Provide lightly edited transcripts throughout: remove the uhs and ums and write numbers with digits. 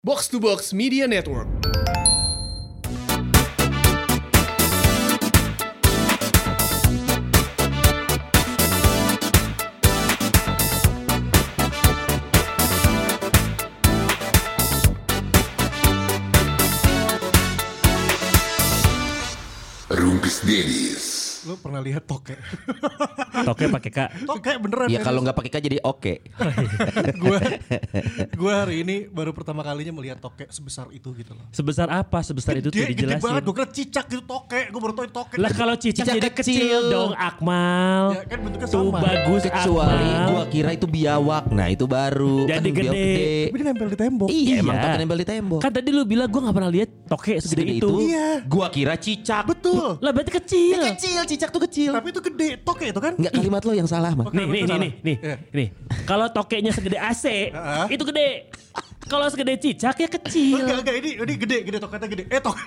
Box to Box Media Network. Rumpis Dennis. Lo pernah lihat toke? Toke pakai K. Toke beneran. Ya kalau nggak pakai K jadi oke. Gue hari ini baru pertama kalinya melihat toke sebesar itu gitu loh. Sebesar apa? Sebesar itu tuh Gede dijelasin. banget. Gue kira cicak gitu toke. Gue baru tau itu toke. Lah kalau cicak Cicak jadi kecil dong, Akmal. Ya kan bentuknya Tuh sama. bagus Kecuali Akmal. gua kira itu biawak. Nah itu baru. Jadi Kan biawak gede. Tapi dia nempel di tembok. Iya, emang Iya. toke nempel di tembok. Kan tadi lu bilang gue gak pernah lihat toke segede itu. Iya. Gua kira cicak. Betul. Lah berarti kecil. Kecil, cicak tuh kecil. Tapi itu gede. Toke itu kan. Enggak, kalimat lo yang salah, mah. Nih. Iya. Kalau tokenya segede AC, itu gede. Kalau segede cicak ya kecil. Enggak. Ini gede. Tokenya gede.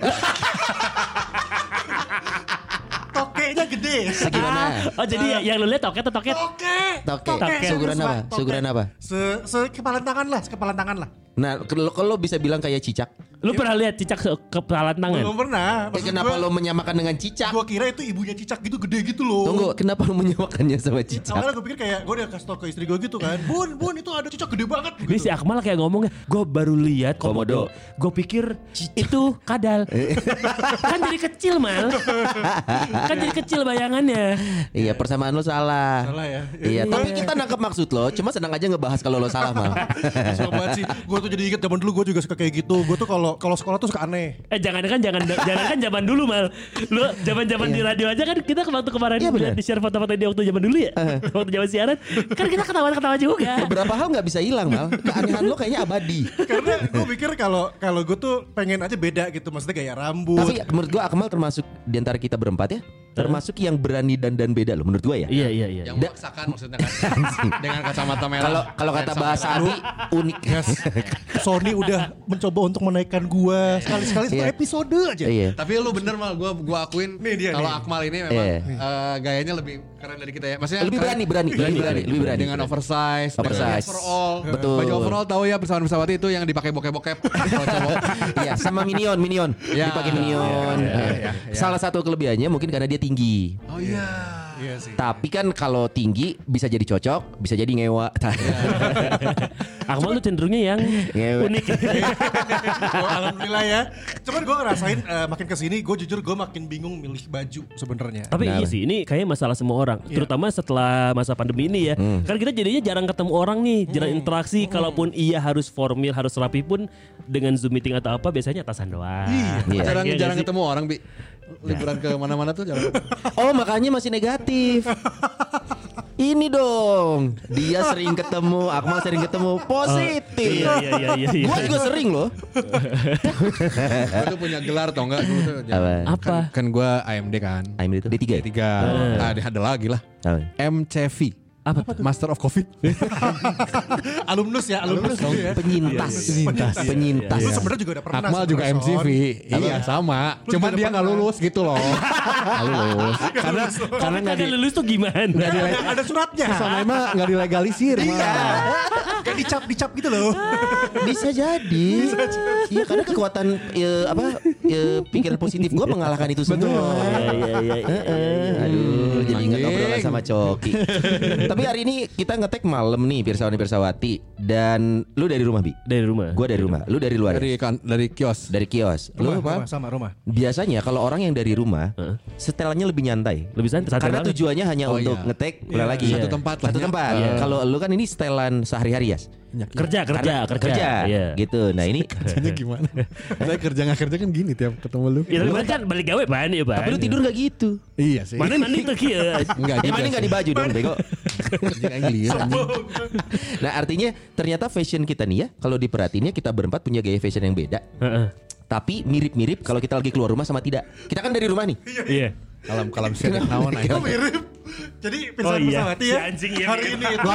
Tokenya gede. Segimana? Oh jadi yang lu lihat toke atau toket? Toke. Seguran apa? Toke. Seguran apa? Sekepalan tangan lah. Nah, kalau bisa bilang kayak cicak. Lu pernah lihat cicak kepalan tangan? Belum pernah. Kenapa lo menyamakan dengan cicak? Gue kira itu ibunya cicak gitu gede gitu loh. Tunggu, kenapa lo menyamakannya sama cicak? Awalnya gue pikir kayak gue udah kasih tau ke istri gue gitu kan. Bun itu ada cicak gede banget Ini si gitu. Akmal kayak ngomongnya, gue baru lihat komodo. Gue pikir itu kadal. Kan jadi kecil mal. Kan jadi kecil bayangannya. Iya, persamaan lo salah. Salah ya. Iya, tapi kita nangkep maksud lo. Cuma senang aja ngebahas kalau lo salah, mal. Suka banget sih. Gue tuh jadi inget zaman dulu gue juga suka kayak gitu. Gue tuh kalau sekolah tuh suka aneh. Jangan zaman dulu mal. Lu zaman di radio aja kan kita waktu kemarin Iya, benar. di share foto-foto dia waktu zaman dulu ya. Waktu zaman siaran kan kita ketawa-ketawa juga. Beberapa hal nggak bisa hilang, mal. Keanehan lo kayaknya abadi. Karena gue pikir kalau gue tuh pengen aja beda gitu. Maksudnya gaya rambut. Tapi menurut gua Akmal termasuk di antara kita berempat ya, termasuk yang berani dandan beda loh menurut gua ya. Iya. Yang memaksakan maksudnya kan. Dengan kacamata merah. Kalau kata bahasa Abi unik. Yes. Sony udah mencoba untuk menaikkan gue sekali-sekali satu Iya. episode aja. Iya. Tapi lu bener mal, gue akuin Nih dia kalau nih. Akmal ini memang Iya. gayanya lebih keren dari kita ya. Maksudnya Lebih keren- berani. Dengan oversize, Oversize. dengan overall. Betul. Baju overall tahu ya pesawat itu yang dipakai bokep-bokep. Kalau cowok. Iya, sama Minion. Ya. Dipakai Minion. Iya. Salah satu kelebihannya mungkin karena dia tinggi. Oh iya. Iya sih. Tapi kan kalau tinggi bisa jadi cocok, bisa jadi ngewa. Akmal tuh cenderungnya yang Ngewe. unik. Oh, alhamdulillah ya. Cuman gue ngerasain makin kesini gue jujur gue makin bingung milih baju sebenarnya. Tapi iya Kenapa? sih ini kayaknya masalah semua orang. Terutama setelah masa pandemi ini ya. Kan kita jadinya jarang ketemu orang nih, jarang interaksi. Kalaupun iya harus formal, harus rapi pun dengan Zoom meeting atau apa biasanya atasan doang. Iya. Jarang Iya jarang nggak sih? ketemu orang bi. Liburan ke mana-mana tuh jarang. Oh, makanya masih negatif. Ini dong, dia sering ketemu, Akmal sering ketemu, positif. Iya. Gua juga sering loh. Gue tuh punya gelar tau enggak? Apa? Kan gue AMD kan. AMD itu D3 ya? D3. Ada lagi lah. Apa? MCV. Apa tuh? Master of Covid. Alumnus dong. Ya. Penyintas. Penyintas. Lu sebenarnya juga udah pernah. Akmal juga sebenarnya, MCV. Son. Iya sama. Lu Cuman juga dia nggak pernah. lulus gitu loh. Nggak lulus. Karena nggak Kagak lulus tuh gimana? Ada suratnya. Sana emang nggak dilegalisir. Kayak dicap gitu loh. Bisa jadi. Iya, karena kekuatan pikiran positif gua mengalahkan itu semua. Iya. Aduh, jadi ingat Anjing. obrolan sama Coki. Tapi hari ini kita ngetek malam nih, Pirsawati. Dan lu dari rumah, Bi? Dari rumah. Gua dari rumah. Lu dari luar? Dari kios. Dari kios. Lu apa? Rumah. Biasanya kalau orang yang dari rumah, setelannya lebih nyantai. Lebih santai Karena banget. tujuannya hanya Oh, untuk iya. ngetek ulang lagi. Satu tempat lah. Satu tempat. Kalau lu kan ini setelan sehari-hari ya. Kerja. Iya. Gitu. Nah ini Kerjanya gimana? Saya kerja nggak kerja kan gini tiap ketemu lu. Ya tapi kan balik gawe pan ya pan. tapi lu tidur gak gitu. Iya sih. Mana mandi tuh kieu. Enggak juga. Gimana gak di baju dong, bego. Kerja kayak gini. Nah artinya ternyata fashion kita nih ya, kalau diperhatiinnya kita berempat punya gaya fashion yang beda. Tapi mirip-mirip kalau kita lagi keluar rumah sama tidak. Kita kan dari rumah nih. Iya. Kalam sedek naon aja. Mirip. Jadi Pirsawan Pirsawati ya. Si anjing ya. Hari ini itu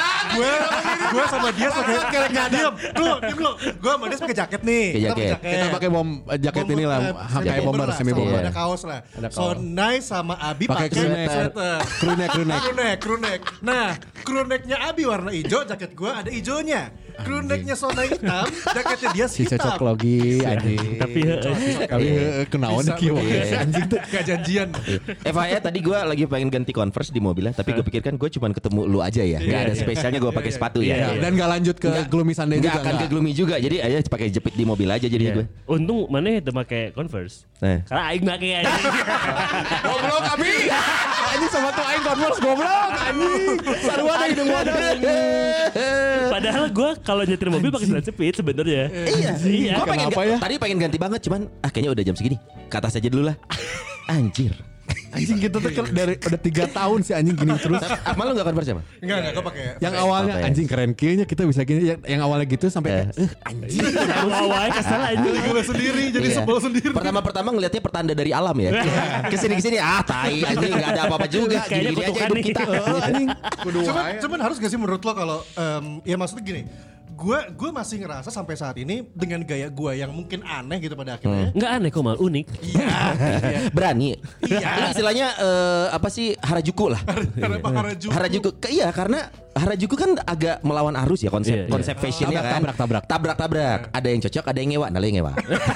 gue sama dia pakai diam lu. Gue sama dia pakai jaket nih. Pakai jaket. Kita pakai jaket ini lah, kayak bomber, semi bomber. Ada kaos lah. Ada kaos. Sonai sama Abi Pakai pakai sweater. Crewneck. Nah, crewnecknya Abi warna hijau, jaket gue ada hijaunya. Crewnecknya Sonai hitam, jaketnya dia Si hitam. cocok logi anjing. Tapi Kali kenaon Bisa kieu. begitu. Anjing tuh. Gak janjian. FYI tadi gue lagi pengen ganti Converse di mobilnya, tapi gue pikir kan gue cuma ketemu lu aja ya, nggak ada spesialnya gue pakai sepatu ya. Dan gak lanjut ke Gloomy Sunday Nggak juga. akan ke Gloomy juga, jadi aja pakai jepit di mobil aja jadi gue. Untung mana itu pakai Converse. Karena aing pakai anjing. Goblok Abi. Anjing sama tuh aing Converse goblok anjing. Sarua ada hidung wadah. Padahal gue kalau nyetir mobil pakai sandal jepit sebenarnya. Iya. Gue pengen Kenapa ya? tadi pengen ganti banget, cuman kayaknya udah jam segini. Ke atas aja dulu lah. Anjir. Anjing kita tuh dari udah 3 tahun sih anjing gini terus. Malu nggak Converse ya, Mas? Enggak, gue pakai. Yang awalnya apa ya? anjing keren kayaknya kita bisa gini. Yang awalnya gitu sampai anjing. Awalnya kesel anjing. Gue sendiri jadi Iya. sebel sendiri. Pertama ngelihatnya pertanda dari alam ya. Kesini tai anjing nggak ada apa-apa juga. Kayaknya Gini-gini aja kutukan hidup nih. kita. Anjing. Cuman harus gak sih menurut lo kalau ya maksudnya gini, gue masih ngerasa sampai saat ini dengan gaya gue yang mungkin aneh gitu pada akhirnya. Enggak aneh kok mal, unik. Iya. Berani. Iya. Ini istilahnya apa sih Harajuku lah. Kenapa Harajuku? Harajuku, iya karena Harajuku kan agak melawan arus ya konsep Iya. fashionnya kan. Tabrak. Ada yang cocok, ada yang ngewa. Nah, lo yang ngewa.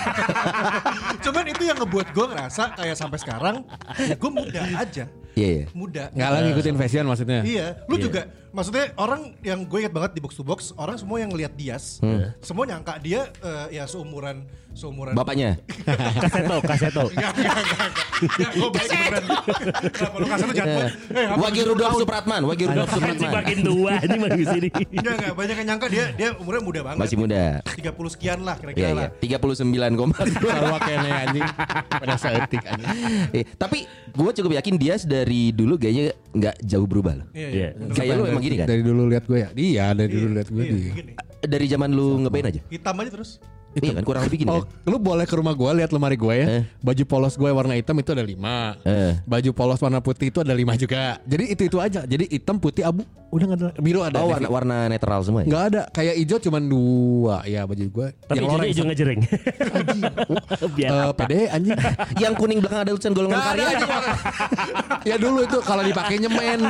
Cuman itu yang ngebuat gue ngerasa kayak sampai sekarang ya gue muda aja. Iya. Muda. Nggak lah ngikutin fashion maksudnya. Iya, lu juga maksudnya orang yang gue ingat banget di box to box, orang semua yang ngelihat Dias, semua nyangka dia ya seumuran Bapaknya. Kaseto. Enggak. Ya, gue baik beneran. Kenapa lu kasar lu jahat banget? Wagi Rudolf Supratman. Anjing makin tua anjing makin sini. Enggak, banyak yang nyangka dia umurnya muda banget. Masih muda. 30 sekian lah Iya, kira-kira lah. 39,2. Sarua kene anjing. Pada saeutik anjing. Tapi gue cukup yakin dia dari dulu gayanya nggak jauh berubah loh. Iya. Kayak lu emang gini kan? Dari dulu lihat gue ya. Iya, dari dulu lihat gue Iya, dia. gini. Dari zaman lu ngeband aja? Hitam aja terus. Iya kan kurang lebih gini Oh, kan? lu boleh ke rumah gue lihat lemari gue ya. Baju polos gue warna hitam itu ada 5. Baju polos warna putih itu ada 5 juga. Jadi itu aja. Jadi hitam, putih, abu. Udah nggak ada. Biru ada. Oh warna netral semua ya? Nggak ada. Kayak hijau cuman 2. Ya baju gue. Tapi hijaunya hijau ngejreng. Biar apa? Pede anjing. Yang kuning belakang ada tulisan golongan karya. Ya dulu itu kalau dipakai nyemen.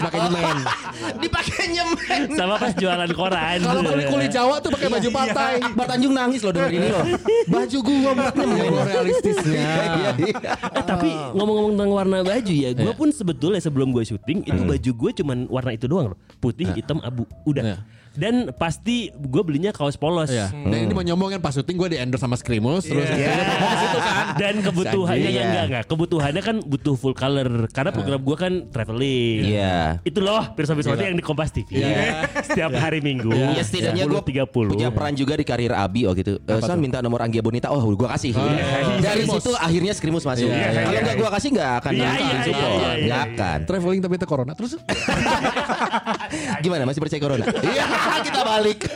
Dipakai nyemen. Sama pas jualan koran. Kalau kulit Jawa tuh pakai baju partai. Akbar Tanjung nangis loh denger ini loh. Baju gua buat nyemen. Realistisnya. Tapi ngomong-ngomong tentang warna baju ya, gue pun sebetulnya sebelum gue syuting itu baju gue cuman warna itu doang loh, putih, hitam, abu, udah. Dan pasti gue belinya kaos polos. Iya. Dan ini mau nyombong kan pas syuting gue di endorse sama Skrimus terus Itu kan. Dan kebutuhannya Iya. enggak. Kebutuhannya kan butuh full color karena program gue kan traveling. Iya. Itu loh Pirsawan yang di Kompas TV. Setiap hari Minggu. Ya setidaknya gue 30. punya peran juga di karir Abi waktu itu. San minta nomor Anggia Bonita. Oh gue kasih. Dari situ akhirnya Skrimus masuk. Kalau nggak gue kasih nggak akan support. Nggak akan. traveling tapi itu corona terus Gimana masih percaya corona? Iya kita balik.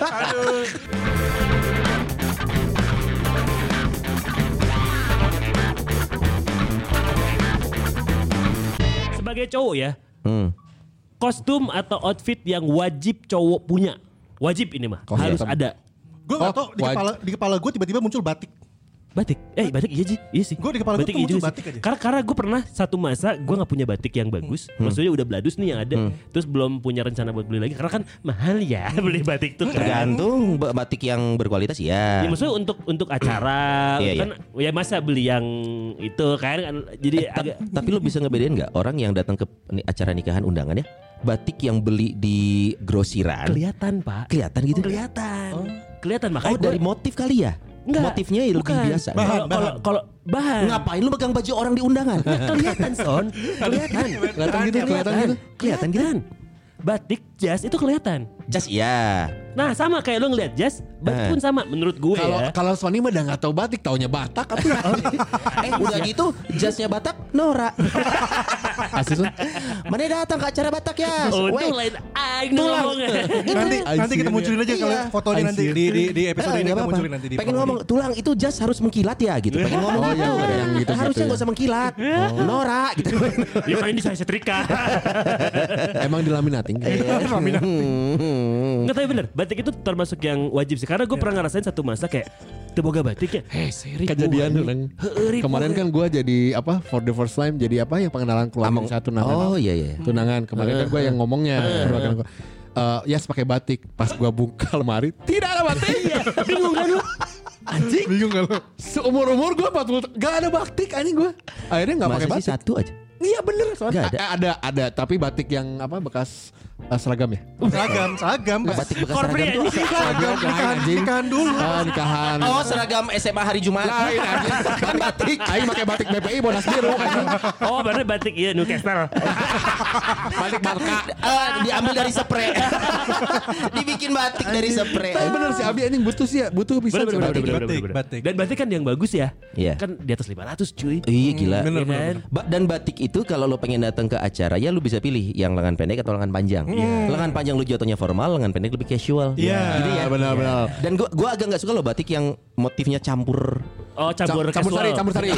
Sebagai cowok ya, kostum atau outfit yang wajib cowok punya. Wajib ini mah, harus ada. Gue gak tau di kepala gue tiba-tiba muncul batik. Batik, batik iya sih. Gue di kepala gue tuh iya muncul juga batik sih. aja. Karena gue pernah satu masa gue nggak punya batik yang bagus. Maksudnya udah bladus nih yang ada. Terus belum punya rencana buat beli lagi. Karena kan mahal ya beli batik tuh. Kan. Tergantung batik yang berkualitas ya. Ya maksudnya untuk acara Iya, kan ya masa beli yang itu kan jadi agak. Tapi lo bisa ngebedain nggak orang yang datang ke acara nikahan undangan ya? Batik yang beli di grosiran Kelihatan pak. kelihatan gitu. Kelihatan makanya Oh dari motif kali ya? Enggak, Motifnya ya lebih bukan. biasa. Kalau bahan. Ngapain lu pegang baju orang di undangan? Kelihatan son. Kelihatan. kelihatan gitu. Kelihatan. Batik jas itu kelihatan. Jas iya. Nah sama kayak lo ngeliat jas, batik pun sama menurut gue ya. Kalau Sony mah udah nggak tahu batik, taunya Batak atau Udah gitu jasnya Batak Nora. Asis Mana datang ke acara Batak ya? Oh Weh, itu lain aing ngomongnya. Nanti kita munculin aja kalau fotonya nanti di episode ini nggak kita apa-apa. munculin nanti di Pengen ngomong tulang itu jas harus mengkilat ya gitu. Pengen ngomong Oh, gitu. yang gitu-gitu Harusnya ya. nggak usah mengkilat. Nora gitu. Ya main di saya setrika. Emang dilaminating. Nggak tahu bener, batik itu termasuk yang wajib sih. Karena gue pernah ngerasain satu masa kayak teboga batik ya. Seri Kejadian tuh Neng. Kemarin kan gue jadi apa for the first time jadi apa yang pengenalan keluarga satu tunangan. Oh iya. Tunangan kemarin kan gue yang ngomongnya. Yes pakai batik. Pas gue buka lemari tidak ada batik. Bingung kan lu? Anjing. Bingung gak lo? Seumur-umur gue 40 gak ada batik anjing gue. Akhirnya gak pakai Masa batik. sih satu aja? Iya bener soalnya. Nggak Ada tapi batik yang apa bekas seragam ya. Seragam. Batik bekas Korpri seragam tuh. Seragam Nikahan dulu. Nikahan. Oh seragam SMA hari Jumat. Lain anjing. Kan batik. Aing pakai batik BPI Monas Biru anjing. Oh berarti batik iya Newcastle. Batik Barca. Diambil dari spray. Dibikin batik dari spray. Tapi bener sih Abi anjing butuh sih ya, butuh bisa Bener. Batik. Dan batik kan yang bagus ya. Iya. Kan di atas 500 cuy. Iya gila. Bener. Dan batik itu kalau lo pengen datang ke acara ya lo bisa pilih yang lengan pendek atau lengan panjang. Lengan panjang lo jatuhnya formal, lengan pendek lebih casual. Iya. Gitu ya. Benar. Dan gua agak nggak suka lo batik yang motifnya campur. Oh campur Campur sari.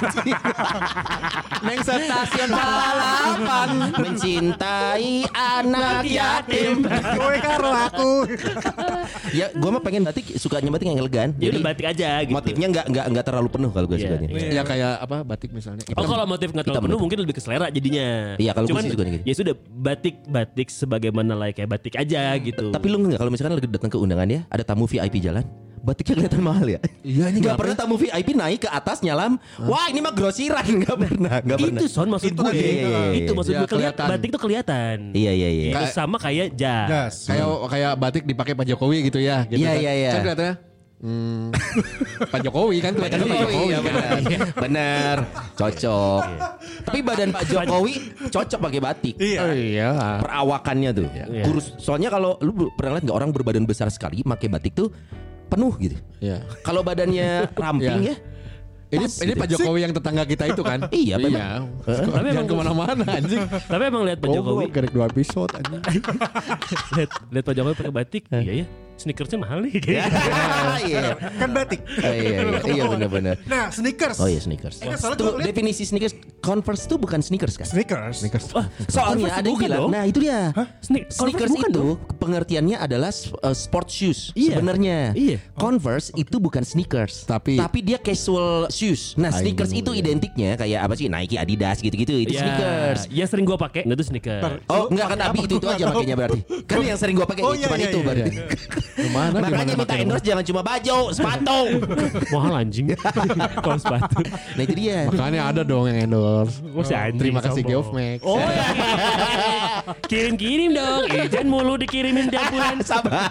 Neng stasiun balapan mencintai anak yatim. Gue karlaku. Ya gua mah pengen batik sukanya batik yang elegan. Ya udah batik aja gitu. motifnya nggak terlalu penuh kalau gue Iya. sukanya. Ya kayak apa batik misalnya. Oh kalau motif nggak terlalu penuh mungkin lebih ke selera jadinya. Iya, kalau gue Cuman sih sukanya gitu. ya sudah batik sebagaimana kayak batik aja gitu. Tapi lu nggak kalau misalkan lagi datang ke undangan ya ada tamu VIP jalan batiknya kelihatan mahal ya. Iya, ini nggak pernah tamu VIP naik ke atas nyalam. Wah ini mah grosiran nggak pernah. Itu son maksud Itu gue. tadi. Itu maksud Iya, gue kelihatan. kelihatan. Batik tuh kelihatan. Iya. Itu sama kayak jas. Kayak batik dipakai Pak Jokowi gitu ya. Gitu Iya, kan. iya. Kan kelihatannya Pak Jokowi kan kelihatan Pak Jokowi. Iya benar. Cocok. Tapi badan Pak Jokowi cocok pakai batik. Oh iya. Perawakannya tuh kurus. Soalnya kalau lu pernah lihat nggak orang berbadan besar sekali pakai batik tuh penuh gitu. Iya. Kalau badannya ramping ya. Ini Pak Jokowi yang tetangga kita itu kan? Iya, benar. Tapi jangan kemana-mana anjing. Tapi emang lihat Pak Jokowi. Gerek 2 episode anjing. lihat Pak Jokowi pakai batik. Iya ya. Sneakersnya mahal nih. Iya. Kan batik. Iya benar. Nah, sneakers. Oh iya sneakers. Soalnya Tuh gua liat- definisi sneakers Converse tuh bukan sneakers kan? Sneakers. Soalnya Converse ada yang bukan bilang. dong. Nah itu dia. Converse Sneakers bukan itu dong. pengertiannya adalah sport shoes Iya. sebenarnya. Iya. Converse itu bukan sneakers. Tapi dia casual shoes. Nah sneakers itu identiknya kayak apa sih Nike, Adidas gitu-gitu. Itu sneakers. Ya sering gua pakai. Itu sneaker. Oh enggak kan Abi itu aja makanya berarti. Kan yang sering gua pakai Oh, cuma iya, itu iya, berarti. Kemana Makanya minta endorse jangan cuma baju, sepatu. Mahal anjing. Kalau sepatu. Nah itu dia. makanya ada dong yang endorse. Si anjing Terima kasih sombong. Geofmax. Oh iya. Kirim-kirim dong. Ijan mulu dikirimin tiap bulan. Sabar.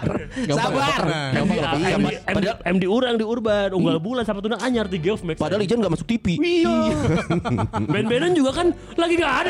MD Urang di Urban. Unggal bulan sama tuna anyar di Geofmax. Padahal Ijan gak masuk TV. Iya. Band-bandan juga kan lagi gak ada.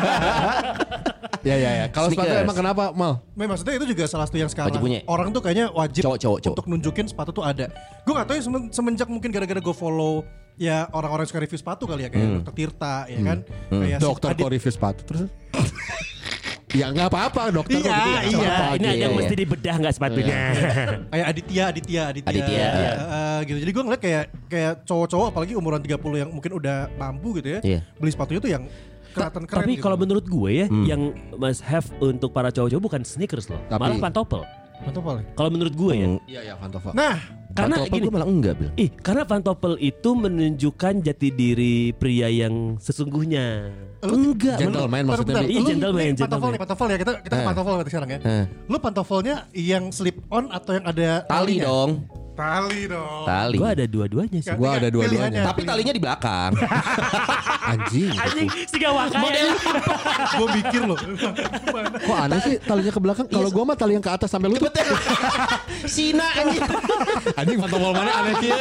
Ya. Kalau sepatu Sneakers. emang kenapa mal? Maksudnya itu juga salah satu yang sekarang Wajib punya. orang tuh kayaknya wajib Cowok. untuk nunjukin sepatu tuh ada. Gue gak tahu ya semenjak mungkin gara-gara gue follow ya orang-orang yang suka review sepatu kali ya kayak Dr. Tirta ya kan. Kayak si Dokter Adit- kok review sepatu terus? Ya nggak apa-apa dokter kok Iya, gitu, nggak iya. apa-apa. Ini ada yang mesti dibedah gak sepatunya. kayak Aditya. Aditya. Gitu. Jadi gue ngeliat kayak cowok-cowok apalagi umuran 30 yang mungkin udah mampu gitu ya. Iya. Beli sepatunya tuh yang kelihatan keren Tapi gitu. kalau menurut gue ya, yang must have untuk para cowok-cowok bukan sneakers loh, Tapi- malah pantofel. Pantofel. Kalau menurut gue ya, Iya pantofel. Nah, karena Pantofel gini, gue malah enggak Bil. karena pantofel itu menunjukkan jati diri pria yang sesungguhnya. Enggak. Gentleman maksudnya. bentar, Bi. Iya, lu gentleman, nih, gentleman. pantofel ya kita ke pantofel berarti sekarang ya. Lu pantofelnya yang slip on atau yang ada Tali talinya? dong. Tali dong. Tali. Gue ada dua-duanya sih. Gua ada dua-duanya. Tapi talinya di belakang. Anjing. Anjing, si gawakanya. Gue mikir loh. Kok aneh sih talinya ke belakang? Kalau gua mah tali yang ke atas sampai lutut. Sina anjing. Anjing pantofel mana aneh kia.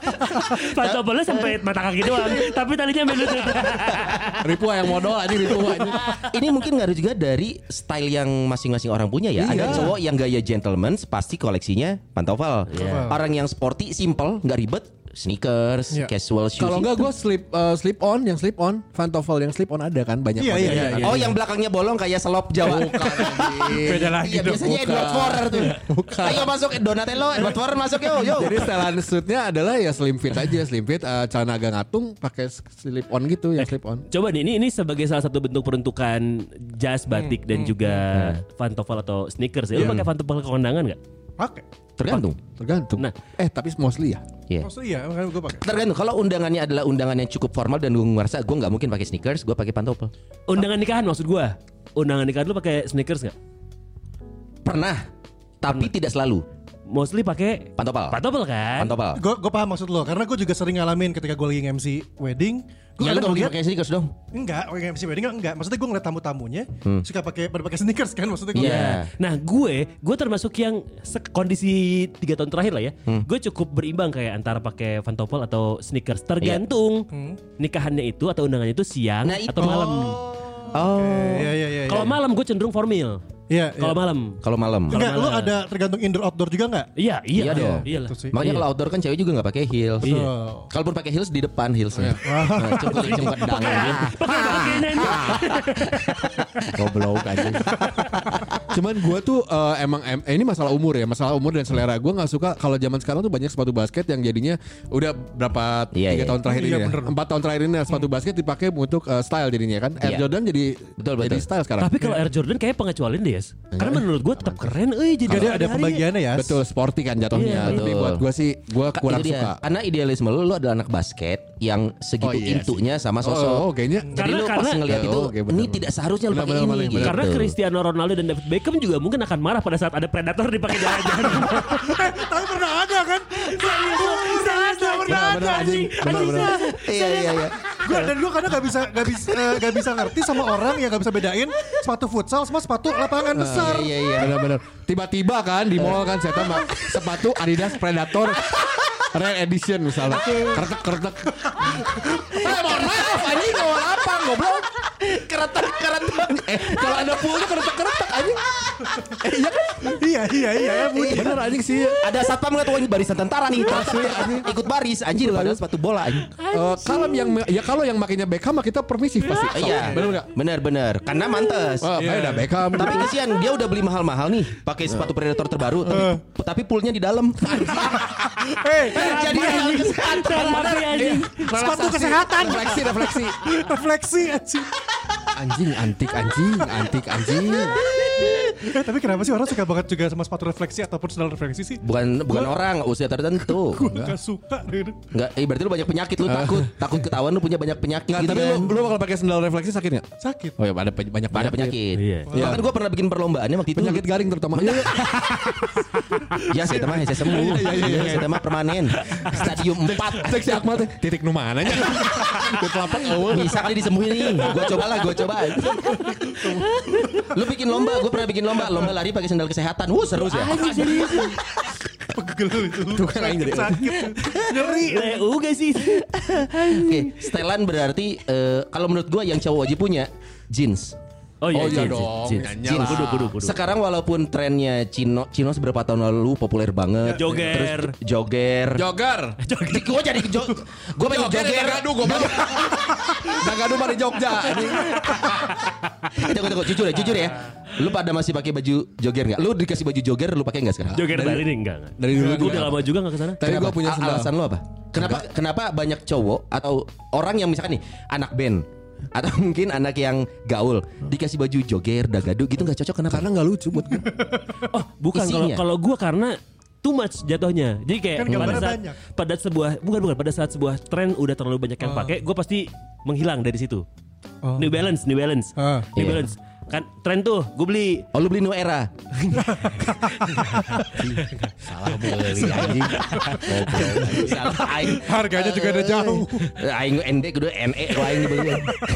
Pantopelnya sampai mata kaki doang, tapi talinya melutut. Ripua yang modal aja Ripua aja. Ini mungkin ngaruh juga dari style yang masing-masing orang punya ya. Ada cowok yang gaya gentleman pasti koleksinya pantofel. Orang yang sporty, simple, nggak ribet, sneakers, casual shoes. Kalau enggak gue slip on pantofel yang slip on ada kan banyak. Iya. Oh yang belakangnya bolong kayak selop Jawa. Beda lagi Iya dong. biasanya Edward Forer tuh. Ayo masuk Donatello, Edward Forer masuk yo. Jadi setelan suitnya adalah ya slim fit aja, celana agak ngatung pakai slip on gitu yang slip on. Coba nih, ini sebagai salah satu bentuk peruntukan jas batik dan juga pantofel atau sneakers ya. Lu pakai pantofel ke kondangan nggak? Pakai. Tergantung. Nah, tapi mostly ya. Iya. Maksudnya iya, makanya gue pakai. Tergantung. Kalau undangannya adalah undangan yang cukup formal dan gue ngerasa gue nggak mungkin pakai sneakers, gue pakai pantofel. Undangan nikahan maksud gua. Undangan nikahan lu pakai sneakers nggak? Pernah, tapi tidak selalu. Mostly pakai Pantofel. pantofel kan? Pantofel. Gue paham maksud lo, karena gue juga sering ngalamin ketika gue lagi MC wedding. Ya lu nggak mungkin pakai sneakers dong. Enggak, MC wedding enggak. Maksudnya gue ngeliat tamu-tamunya suka pakai sneakers kan maksudnya gue. Iya. Nah gue termasuk yang kondisi 3 tahun terakhir lah ya. Gue cukup berimbang kayak antara pakai pantofel atau sneakers. Tergantung nikahannya itu atau undangannya itu siang Nah, atau malam. Oh. Iya. Kalau malam gue cenderung formal. Iya. Kalau malam. Kalau malam. Enggak, lu ada tergantung indoor outdoor juga enggak? Iya dong. Iyalah. Itu sih. Makanya kalau outdoor kan cewek juga nggak pakai heels. Betul. Kalaupun pakai heels di depan heelsnya. Nah, cungkut dang. Goblok aja. Cuman gue tuh emang ini masalah umur dan selera. Gue nggak suka kalau zaman sekarang tuh banyak sepatu basket yang jadinya udah berapa 3 tahun terakhir ini ya. 4 tahun terakhir ini sepatu basket dipakai untuk style jadinya kan. Air Jordan jadi jadi style sekarang. Tapi kalau Air Jordan kayak pengecualian deh, Yes. Karena menurut gue tetap keren. Jadi Jadi ada pembagiannya ya. Betul, sporty kan jatuhnya. Iya, Tapi buat gue sih gue kurang Itu dia. suka. Karena idealisme lu adalah anak basket yang segitu intunya sama sosok. Kayaknya. Jadi lu pas ngeliat itu, ini tidak seharusnya lu pakai ini. Gitu. Karena Cristiano Ronaldo dan David Beckham juga mungkin akan marah pada saat ada predator dipakai jalan-jalan. Tapi pernah ada kan? Pernah ada anjing. Iya. Gue kadang gak bisa ngerti sama orang yang gak bisa bedain sepatu futsal sama sepatu lapangan besar. Iya. Benar-benar. Tiba-tiba kan di mall kan saya tahu sepatu Adidas Predator Rare Edition misalnya. Keretek. Mohon maaf anjing ngomong apa goblok. Keretek. Kalau ada poolnya keretek anjing. Iya kan? Iya. Bener anjing sih. Ada satpam nggak tuh ini barisan tentara nih. Ikut baris anjir padahal sepatu bola anjing. Kalau yang makainya Beckham kita permisif pasti. Iya. Bener enggak? Bener. Karena mantes. Beda Beckham. Tapi kesian dia udah beli mahal-mahal nih pakai sepatu Predator terbaru tapi poolnya di dalam. Jadi Sepatu kesehatan. Refleksi anjing. Antik anjing. Tapi kenapa sih orang suka banget juga sama sepatu refleksi ataupun sandal refleksi sih? Bukan orang usia tertentu. Gue gak suka. Enggak, berarti lu banyak penyakit, lu takut ketahuan lu punya banyak penyakit gitu tapi kan. lu bakal pakai sandal refleksi sakit nggak? Sakit. Oh ya ada banyak Penyakit. Iya. Bahkan gue pernah bikin perlombaannya waktu itu. Penyakit garing terutama. Ya saya mah saya sembuh. Saya mah permanen. Stadium 4. Cek si Akmal teh titik nu mananya. Di telapak awal. Bisa kali disembuhin nih. Gue coba. Lu bikin lomba, gue pernah bikin lomba lari pakai sandal kesehatan. Seru sih. Pegel itu. Tuh kan aing jadi Sakit. Ngeri. Gak sih. Oke, setelan berarti kalau menurut gue yang cowok wajib punya jeans. Oh iya iya jeans, dong. jeans. Jeans. Kudu. Sekarang walaupun trennya Cino seberapa tahun lalu populer banget. Jogger. Terus jogger. Gue jadi gue pengen jogger. Gaduh goblok. Gaduh mah di Jogja. Tunggu, jujur ya. Lu pada masih pakai baju jogger nggak? Lu dikasih baju jogger, lu pakai nggak sekarang? Jogger dari ini enggak. Dari dulu Gue udah lama juga nggak kesana. Tadi gue punya sandal. Alasan lu apa? Kenapa banyak cowok atau orang yang misalkan nih anak band atau mungkin anak yang gaul dikasih baju jogger, dagadu gitu nggak cocok? Kenapa? Karena nggak lucu buat gue. Oh bukan, Isinya. kalau gue karena too much jatuhnya. Jadi kayak Kan gambarnya pada saat sebuah tren udah terlalu banyak yang pakai, gue pasti menghilang dari situ. New Balance. New Iya. Balance. Kan tren tuh, gue beli. Oh lu beli New Era. Salah beli anjing. Salah aing. Harganya juga ada jauh. Aing ND kudu NE aing beli.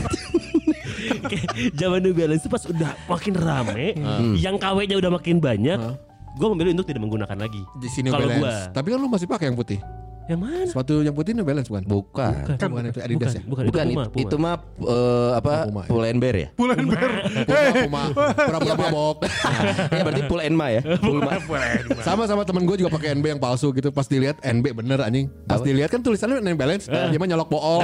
Zaman New Balance itu pas udah makin rame, yang KW-nya udah makin banyak, gue memilih untuk tidak menggunakan lagi. Di sini Kalau gue, Tapi kan lu masih pakai yang putih. Yang mana? Sepatu yang putih New Balance bukan? Bukan. Bukan itu Adidas ya? Bukan, Bukan Puma. itu mah Puma, ya. Pull and Bear ya? Puma pura-pura mabok. Ya berarti Pull and Ma ya. Pulma. Sama temen gue juga pakai NB yang palsu gitu. Pas dilihat NB bener anjing. Pas dilihat kan tulisannya New Balance, dia mah nyolok bool.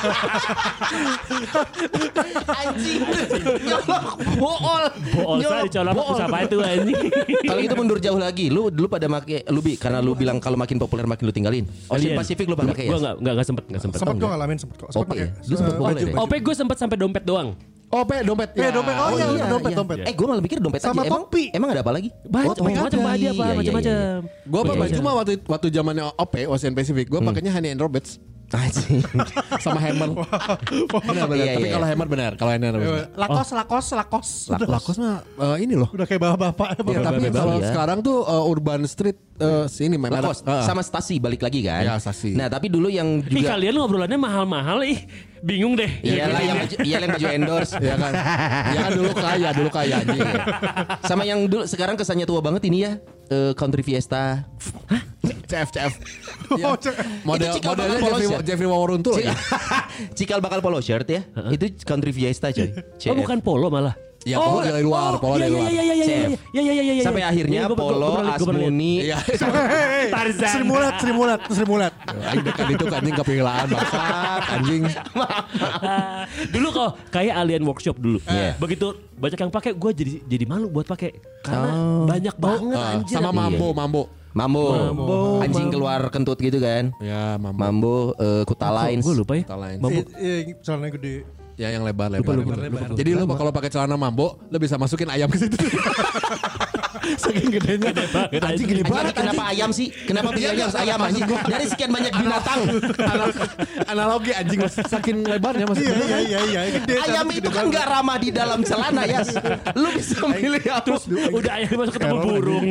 Anjing. Bool. Bool saya dicolok siapa itu anjing. Kalau gitu mundur jauh lagi. Lu dulu pada make Lubi karena lu bilang kalau makin populer makin lu tinggalin. Ocean Pacific lu pakai ya? Gue enggak sempet. Sempat gue ngalamin sempet kok. Sempet Ope pakai. ya? Lu sempet populer ya? OP gue sempet sampai dompet doang. Dompet. Iya, dompet. Oh iya, dompet. Gue malah mikir dompet Sama aja. topi. Emang ada apa lagi? Macam-macam hadiah apa, macam-macam. Gue apa baju mah waktu zamannya OP Ocean Pacific, gue pakainya Honey and Roberts Anjing. sama Hammer. Benar. Iya, Tapi iya. kalau Hammer benar, kalau Honey and Roberts. Lakos. Lakos mah ini loh. Udah kayak bapak-bapak. Ya, tapi kalau sekarang tuh Urban Street sini Lacoste sama Stasi balik lagi kan? Ya, Stasi. Nah tapi dulu yang Ih juga kalian ngobrolannya mahal-mahal bingung deh. iyalah yang baju endorse. ya kan. Ya kan dulu kaya anjing. Sama yang dulu sekarang kesannya tua banget ini ya Country Fiesta. CF. Oh, Modelnya cikal bakal polos ya? Jeffrey Waworuntu ya. Cikal bakal polo shirt ya. Itu Country Fiesta coy. Oh bukan polo malah. Ya polo dari luar, polo dari luar. Iya. Sampai akhirnya Polo, Asmuni. Iya. Sri Mulat. Aing dekat itu anjing kepilaan bangsat anjing. Dulu kok kayak Alien Workshop dulu. Iya. Begitu banyak yang pakai, gue jadi malu buat pakai karena banyak banget anjir. Sama Mambo. Anjing keluar kentut gitu kan. Ya, Mambo. Mambo Kutalines. Gue lupa ya. Talent. Celananya gede. Ya yang lebar. Jadi lo kalau pakai celana Mambo, lo bisa masukin ayam ke situ. Saking gedenya. Anjing gede banget. Kenapa ayam sih? Kenapa pilihannya harus ayam anjing? Dari sekian banyak binatang. Analogi anjing saking lebarnya maksudnya. Iya. Gede, Ayam gede itu kan banget. gak ramah di dalam celana ya. Lu bisa milih terus. Udah ayam masuk ketemu burung.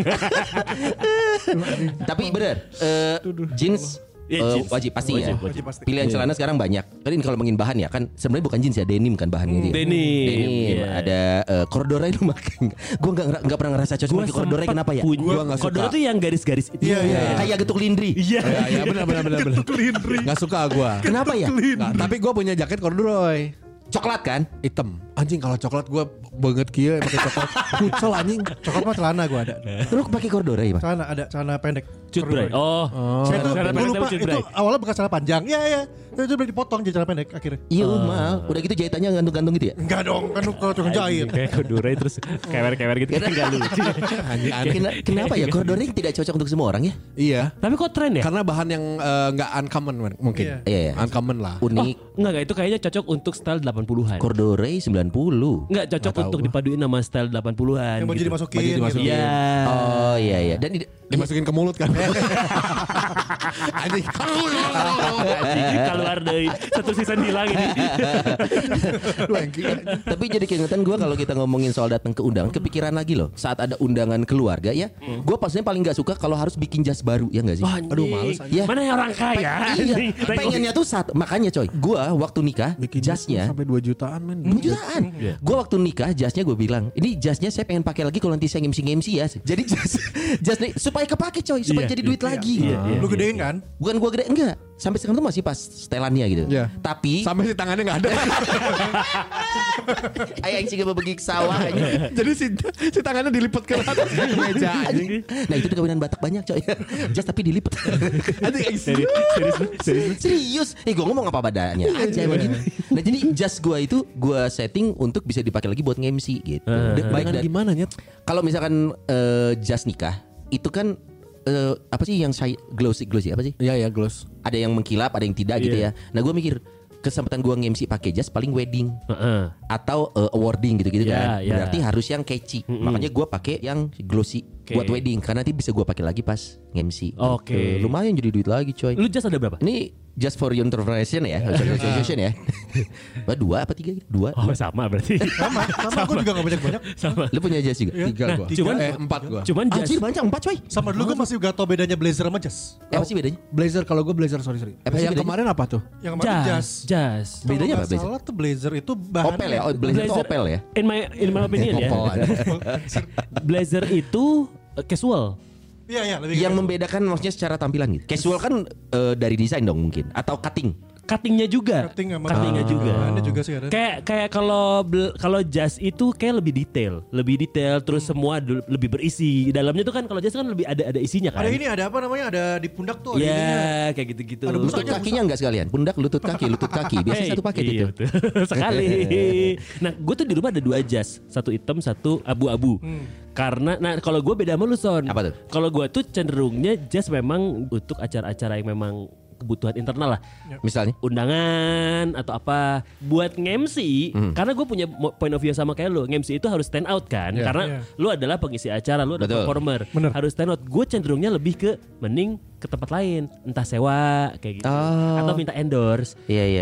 Tapi bener jeans Jeans. wajib pasti ya. Wajib pasti. Pilihan celana sekarang banyak. Kan kalau ngomongin bahan ya kan sebenarnya bukan jeans ya, denim kan bahannya dia. Denim. Iya. Ada corduroy lu makan. Gue nggak pernah ngerasa cocok pakai corduroy, kenapa ya? Gua nggak suka. Corduroy tuh yang garis-garis itu. Iya. Kayak getuk lindri. Iya. Ya benar. Gak suka gue. Kenapa ya? Tapi gue punya jaket corduroy. Coklat kan? Hitam. Anjing kalau coklat gue banget kia pakai coklat. Kucel anjing. Coklat mah celana gue ada. Lu pakai corduroy, Mas? Celana ada, celana pendek. Cutbray. Saya tuh Celana gue pendek lupa tapi cutbray. itu awalnya bekas celana panjang. Iya. Itu udah dipotong jadi celana pendek akhirnya. Iya, mal. Udah gitu jahitannya gantung-gantung gitu ya? Enggak dong, kan kalau tukang jahit. Kayak corduroy terus kewer-kewer gitu kan enggak lucu. Kenapa ya corduroy tidak cocok untuk semua orang ya? Iya. Tapi kok tren ya? Karena bahan yang nggak uncommon mungkin. Iya. Uncommon lah. Unik. Enggak itu kayaknya cocok untuk style 80-an. Corduroy 90. Enggak cocok untuk dipaduin sama style 80-an. Yang baju gitu. dimasukin. Baju dimasukin. gitu. Iya. Oh iya. Dan Dimasukin ke mulut kan. Anjing. Keluar dari satu season hilang ini. tapi jadi keingetan gue kalau kita ngomongin soal datang ke undangan, kepikiran lagi loh saat ada undangan keluarga ya. Gue pastinya paling nggak suka kalau harus bikin jas baru, ya nggak sih? Aduh males. Ya. Mana yang orang kaya? Iya, pengennya tuh makanya coy, gue waktu nikah jasnya sampai 2 jutaan men. 2 jutaan. Gue waktu nikah jasnya gue bilang, ini jasnya saya pengen pakai lagi kalau nanti saya ngemsi ya. Jadi jas nih supaya kepake coy, supaya jadi duit lagi. Lu gedein kan? Bukan gue gede, enggak. Sampai sekarang tuh masih pas setelannya gitu. Iya. Tapi Sampai si tangannya nggak ada. ayang sih gak pergi ke sawah aja. Jadi si tangannya dilipat ke atas meja anjing. Nah itu kawinan Batak banyak coy. Jas tapi dilipat. Anjing. Serius. Gue ngomong apa badannya aja begitu. Nah jadi jas gue itu gue setting untuk bisa dipakai lagi buat nge-MC gitu. Baik gimana nyet? Kalau misalkan jas nikah itu kan apa sih yang glossy apa sih? Iya gloss. Ada yang mengkilap, ada yang tidak gitu ya. Nah gue mikir kesempatan gue nge-MC pakai jas paling wedding atau awarding gitu-gitu kan. Berarti harus yang catchy. Makanya gue pakai yang glossy buat wedding karena nanti bisa gue pakai lagi pas nge-MC. Oke. Lumayan jadi duit lagi coy. Lu jas ada berapa? Ini just for your information ya. Ya. 2 apa 3 gitu? 2. Oh sama berarti. Sama gue juga gak banyak-banyak. Sama. Lu punya jas juga? 3 gua. Cuman 4 gua. Cuman jas. Anjir banyak 4 coy. Sama dulu gue masih gak tau bedanya blazer sama jas. Apa sih bedanya? Blazer kalau gua blazer sorry. Apa sih Yang bedanya? kemarin apa tuh? Yang kemarin jas. Jas. Bedanya apa Kalau nggak blazer? salah tuh blazer itu bahan Opel ya? Oh, blazer itu Opel ya? In my opinion ya. Blazer itu casual. Iya, lebih yang membedakan maksudnya secara tampilan gitu. Casual kan dari desain dong mungkin atau cuttingnya juga. Cuttingnya juga. Ini juga sih ada. Kayak kalau jazz itu kayak lebih detail terus semua lebih berisi. Dalamnya tuh kan kalau jazz kan lebih ada isinya kan. Ada apa namanya? Ada di pundak tuh. Iya, kayak gitu-gitu. Ada lutut kakinya enggak sekalian? Pundak, lutut kaki. Biasanya satu paket itu. Sekali. Nah, gue tuh di rumah ada 2 jazz, satu hitam, satu abu-abu. Karena, kalau gue beda sama lu Son. Apa tuh? Kalau gue tuh cenderungnya jazz memang untuk acara-acara yang memang kebutuhan internal lah. Misalnya undangan atau apa buat nge-MC karena gue punya point of view sama kayak lu. Nge-MC itu harus stand out kan karena lu adalah pengisi acara, lu adalah performer. Harus stand out. Gue cenderungnya lebih ke mending ke tempat lain, entah sewa kayak gitu atau minta endorse. Iya.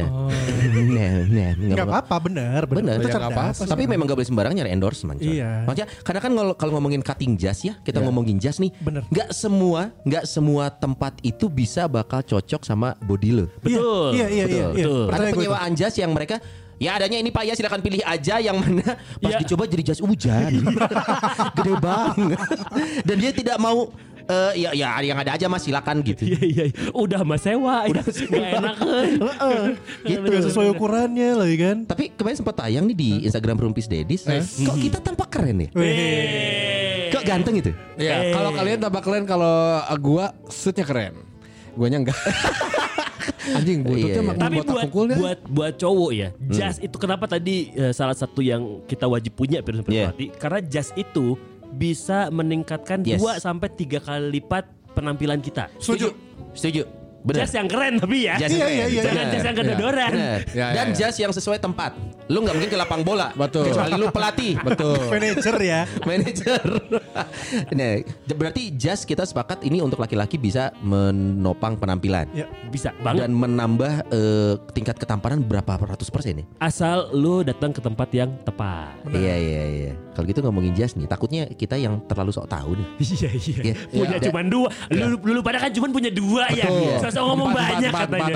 Enggak apa-apa, benar. Itu cerdas. Tapi memang gak boleh sembarang nyari endorsement. Iya. Maksudnya kadang kan kalau ngomongin cutting jazz ya, kita ngomongin jazz nih. Enggak semua tempat itu bisa bakal cocok sama body lo. Betul. Iya. Ada penyewaan jazz yang mereka ya adanya ini Pak ya silakan pilih aja yang mana pas dicoba jadi jas hujan. Gede banget. Dan dia tidak mau ya yang ada aja Mas silakan gitu. Iya. Udah Mas sewa. Udah enggak enak. Gitu. Gak sesuai ukurannya lagi kan. Tapi kemarin sempat tayang nih di Instagram Rumpis Dedis. Kok kita tampak keren ya? Kok ganteng gitu? Iya, kalau kalian tampak keren, kalau gua suitnya keren. Guanya enggak. Anjing bututnya tapi buat cowok ya, jazz itu kenapa tadi salah satu yang kita wajib punya karena jazz itu bisa meningkatkan 2 sampai 3 kali lipat penampilan kita. Setuju. Bener. Jazz yang keren tapi ya. Jangan jazz yang kedodoran. Dan jazz yang sesuai tempat. Lu gak mungkin ke lapang bola. Betul. Kecuali lu pelatih. Betul. Manajer. Nah, berarti jazz kita sepakat ini untuk laki-laki bisa menopang penampilan. Ya. Bisa banget. Dan menambah tingkat ketampanan berapa ratus% ya? Asal lu datang ke tempat yang tepat. Iya. Kalau gitu ngomongin jazz nih, takutnya kita yang terlalu sok tahu nih. Iya. Punya cuma 2. Lu pada kan cuma punya 2 ya. Sosok ngomong banyak katanya.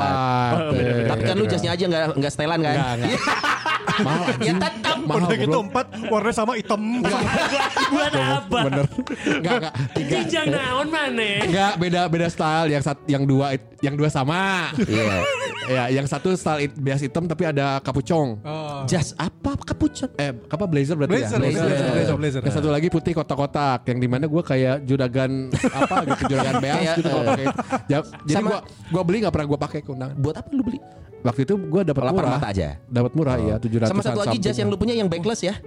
Tapi kan lu jazznya aja nggak setelan kan? Enggak. Mahal. Ya tetap. Udah gitu 4 warnanya sama hitam. Buat apa? Bener. Enggak. Kijang naon maneh? Enggak, beda style. Yang dua sama. Iya. Ya, yang satu style bias hitam tapi ada kapucong. Jazz apa kapucong? Apa blazer berarti Blazer. Yang satu lagi putih kotak-kotak. Yang dimana gue kayak juragan apa gitu, juragan beas gitu kalau pakai. Jadi gue beli nggak pernah gue pakai ke undangan. Buat apa lu beli? Waktu itu gue dapat murah. Mata aja. Dapat murah ya 700. Sama satu lagi jas yang lu punya yang backless ya.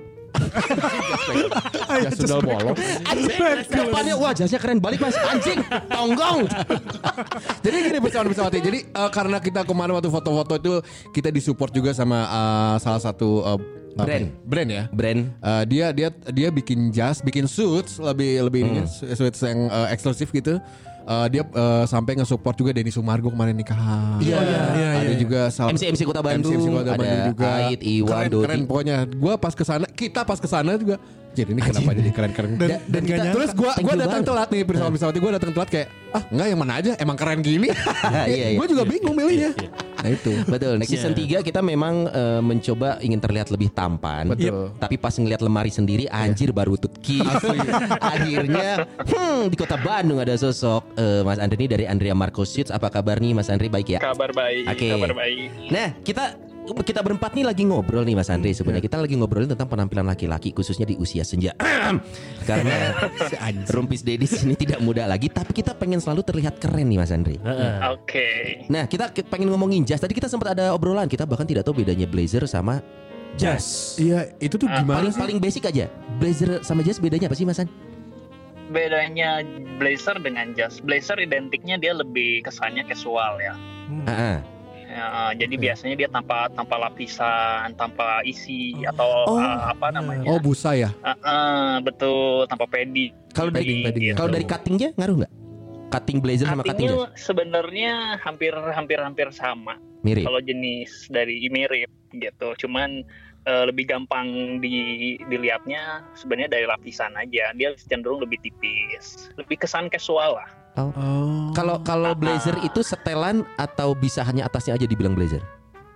Ya sudah bolong. Depannya wah jasnya keren, balik Mas anjing tonggong. Jadi gini pesawat-pesawatnya. Jadi karena kita kemarin waktu foto-foto itu kita disupport juga sama salah satu brand ya. Dia bikin jas, bikin suits lebih ini suits yang eksklusif gitu. Dia sampai nge-support juga Denny Sumargo kemarin nikahan. Iya. Ada juga MC Kota Bandung. MC Kota Bandung juga. Ait, Iwan, keren pokoknya. Kita pas kesana juga. Jadi ini kenapa jadi keren-keren. Dan Terus gue datang telat nih pesawat-pesawatnya. Gue datang telat kayak enggak yang mana aja emang keren gini. Gue juga bingung milihnya. Nah itu. Betul. Next season 3 kita memang mencoba ingin terlihat lebih tampan. Betul. Tapi pas ngeliat lemari sendiri anjir baru tutki. Akhirnya di Kota Bandung ada sosok Mas Andri dari Andrea Marco Suits. Apa kabar nih Mas Andri, baik ya? Kabar baik. Kabar baik. Nah, kita berempat nih lagi ngobrol nih Mas Andri. Sebenarnya kita lagi ngobrolin tentang penampilan laki-laki khususnya di usia senja. Karena Rumpis Dedis ini tidak muda lagi, tapi kita pengen selalu terlihat keren nih Mas Andri. Oke. Nah, kita pengen ngomongin jazz. Tadi kita sempat ada obrolan, kita bahkan tidak tahu bedanya blazer sama jazz. Iya, itu tuh gimana sih? Paling basic aja. Blazer sama jazz bedanya apa sih Mas Andri? Bedanya blazer dengan jazz. Blazer identiknya dia lebih kesannya casual ya. Jadi biasanya dia tanpa lapisan, tanpa isi atau apa namanya? Oh, busa ya? Betul, tanpa padding. Kalau dari cuttingnya ngaruh nggak? Cutting blazer sama cutting jazz? Sebenarnya hampir sama. Mirip. Kalau jenis dari mirip gitu. Cuman lebih gampang dilihatnya sebenarnya dari lapisan aja. Dia cenderung lebih tipis, lebih kesan casual lah. Kalau blazer itu setelan atau bisa hanya atasnya aja dibilang blazer?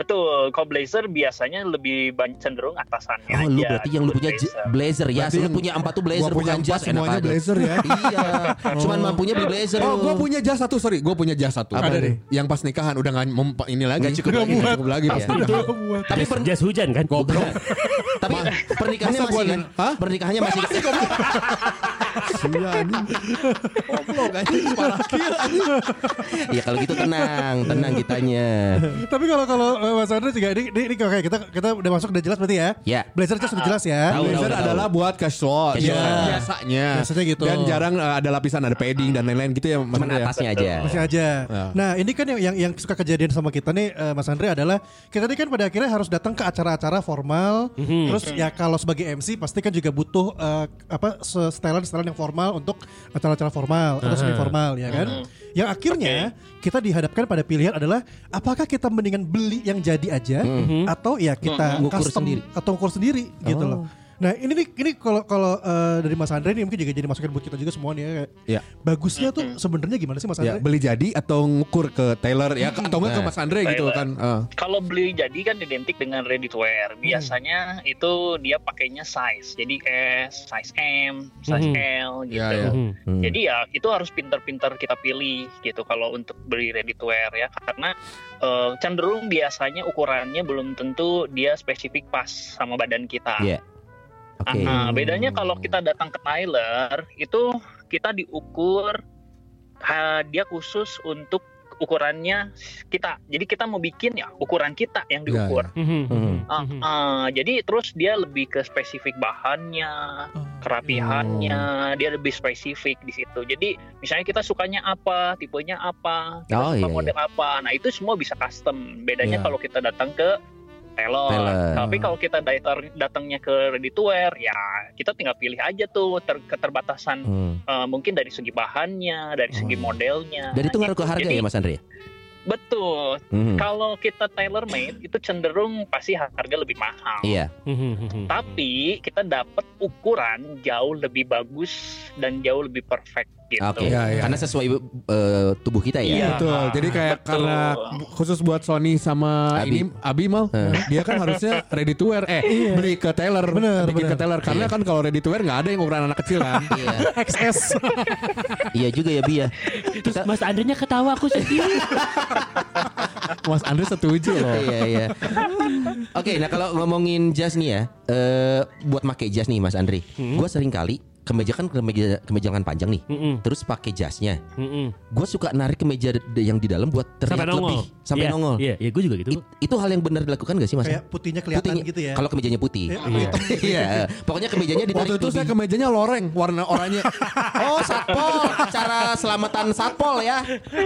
Betul, kalau blazer biasanya lebih cenderung atasannya aja. Oh, lu berarti yang lu punya blazer ya. Lu punya 4 tuh blazer bukan jas, semuanya blazer ya. Iya. Cuman mampunya beli blazer. Oh, gue punya jas satu, gue punya jas satu. Apa nih? Yang pas nikahan udah nggak ini lagi. Gak cukup lagi pas nikahan. Tapi jas hujan kan? Goblok. Tapi pernikahannya masih kan? Pernikahannya masih. Iya anjing. Goblok anjing, parah kill anjing. Ya kalau gitu tenang kitanya. Tapi kalau Mas Andre juga ini kayak kita udah masuk udah jelas berarti ya. Ya. Blazer jas sudah jelas ya. Blazer adalah buat casual. Biasanya gitu. Dan jarang ada lapisan, ada padding dan lain-lain gitu ya. Cuma atasnya aja. Masih aja. Nah ini kan yang suka kejadian sama kita nih Mas Andre adalah kita nih kan pada akhirnya harus datang ke acara-acara formal. Terus ya kalau sebagai MC pasti kan juga butuh setelan yang formal untuk acara-acara formal atau semi formal ya kan. Yang akhirnya kita dihadapkan pada pilihan adalah apakah kita mendingan beli yang jadi aja atau ya kita ngukur custom sendiri atau ngukur sendiri gitu loh. Nah ini kalau dari Mas Andre ini mungkin juga jadi masukan buat kita juga semua nih ya. Ya. Bagusnya tuh sebenarnya gimana sih Mas Andre? Ya, beli jadi atau ngukur ke tailor ya atau enggak ke Mas Andre gitu kan. Kalau beli jadi kan identik dengan ready to wear. Biasanya itu dia pakainya size. Jadi size M, size L gitu. Jadi ya itu harus pintar-pintar kita pilih gitu kalau untuk beli ready to wear ya, karena cenderung biasanya ukurannya belum tentu dia spesifik pas sama badan kita. Yeah. Okay. Bedanya kalau kita datang ke tailor itu kita diukur dia khusus untuk ukurannya kita. Jadi kita mau bikin ya ukuran kita yang diukur. Jadi terus dia lebih ke spesifik bahannya, kerapihannya, dia lebih spesifik di situ. Jadi misalnya kita sukanya apa, tipenya apa, kita suka model apa. Nah itu semua bisa custom. Bedanya kalau kita datang ke tailor. Tapi kalau kita datangnya ke ready to wear, ya kita tinggal pilih aja tuh keterbatasan mungkin dari segi bahannya, dari segi modelnya. Dan itu ngaruh ke harga ya Mas Andre? Betul. Kalau kita tailor made itu cenderung pasti harga lebih mahal. Iya. Tapi kita dapat ukuran jauh lebih bagus dan jauh lebih perfect gitu. Oke. Karena sesuai tubuh kita ya. Iya. Betul. Jadi kayak karena khusus buat Sony sama Abi mal, dia kan harusnya ready to wear. Beli ke tailor, bikin ke tailor. Karena kan kalau ready to wear nggak ada yang ukuran anak kecil kan. XS. Iya juga ya Bi ya. Terus Mas Andre-nya ketawa, aku sedih. Mas Andre setuju loh. Iya. Oke, nah kalau ngomongin jas nih ya, buat pakai jas nih Mas Andre, gue sering kali kemeja lengan panjang nih, terus pakai jasnya. Gue suka narik kemeja yang di dalam buat terlihat lebih sampai nongol. Iya, gue juga gitu. Itu hal yang benar dilakukan gak sih Mas? Kayak putihnya kelihatan gitu ya. Kalau kemejanya putih. Iya. Pokoknya kemejanya ditarik. Waktu itu saya kemejanya loreng, warna oranye. Oh, satpol, acara selamatan satpol ya.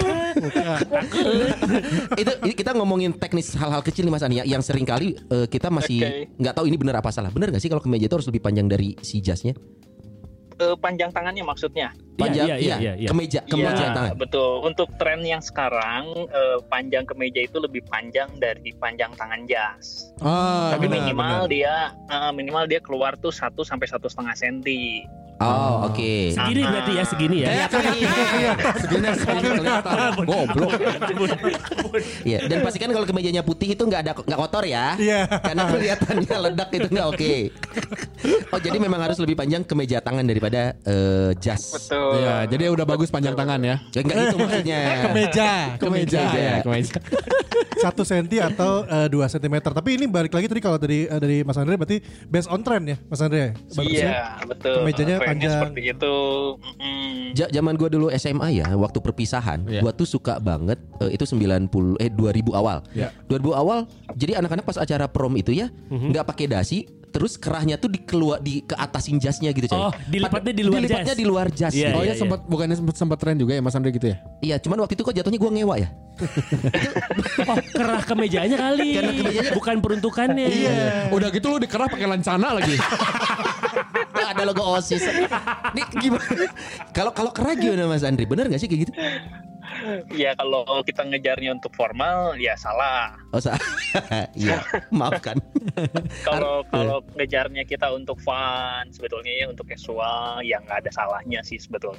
Itu kita ngomongin teknis hal-hal kecil nih Mas Ani, yang sering kali kita masih nggak tahu ini benar apa salah. Benar nggak sih kalau kemeja itu harus lebih panjang dari si jasnya? Panjang tangannya maksudnya. Panjang, iya. Kemeja tangan. Betul. Untuk tren yang sekarang panjang kemeja itu lebih panjang dari panjang tangan jas. Tapi minimal dia keluar tuh 1 sampai 1,5 senti. Oh, oke. Segini berarti ya, segini ya. Segini kelihatan. Goblok. Iya, dan pastikan kalau kemejanya putih itu nggak kotor ya. Iya. Karena kelihatannya ledak itu nggak oke. Oh, jadi memang harus lebih panjang kemeja tangan daripada jas. Betul. Iya, jadi udah bagus panjang tangan ya. Enggak itu maksudnya. Kemeja. Ya, 1 senti atau 2 sentimeter. Tapi ini balik lagi tadi kalau dari Mas Andre berarti based on trend ya Mas Andre. Iya, betul. Kemejanya panjang seperti itu. Zaman gue dulu SMA ya, waktu perpisahan, gue tuh suka banget itu 2000 awal. 2000 awal. Jadi anak-anak pas acara prom itu ya, nggak pakai dasi, terus kerahnya tuh ke atasin jasnya gitu coy. Oh, dilipatnya di luar jas. Oh ya sempat tren juga ya Mas Andre gitu ya? Iya, cuman waktu itu kok jatuhnya gue ngewa ya. Kerah kemejanya kali. Karena kemejanya bukan peruntukannya. Iya. Udah gitu lu dikerah pakai lancana lagi. Ada logo OSIS. Nih gimana? Kalau kerah gimana Mas Andri? Bener gak sih kayak gitu? Ya kalau kita ngejarnya untuk formal ya salah. Oh salah. Iya, maafkan. Kalau ngejarnya kita untuk fun sebetulnya ya, untuk casual ya nggak ada salahnya sih sebetulnya.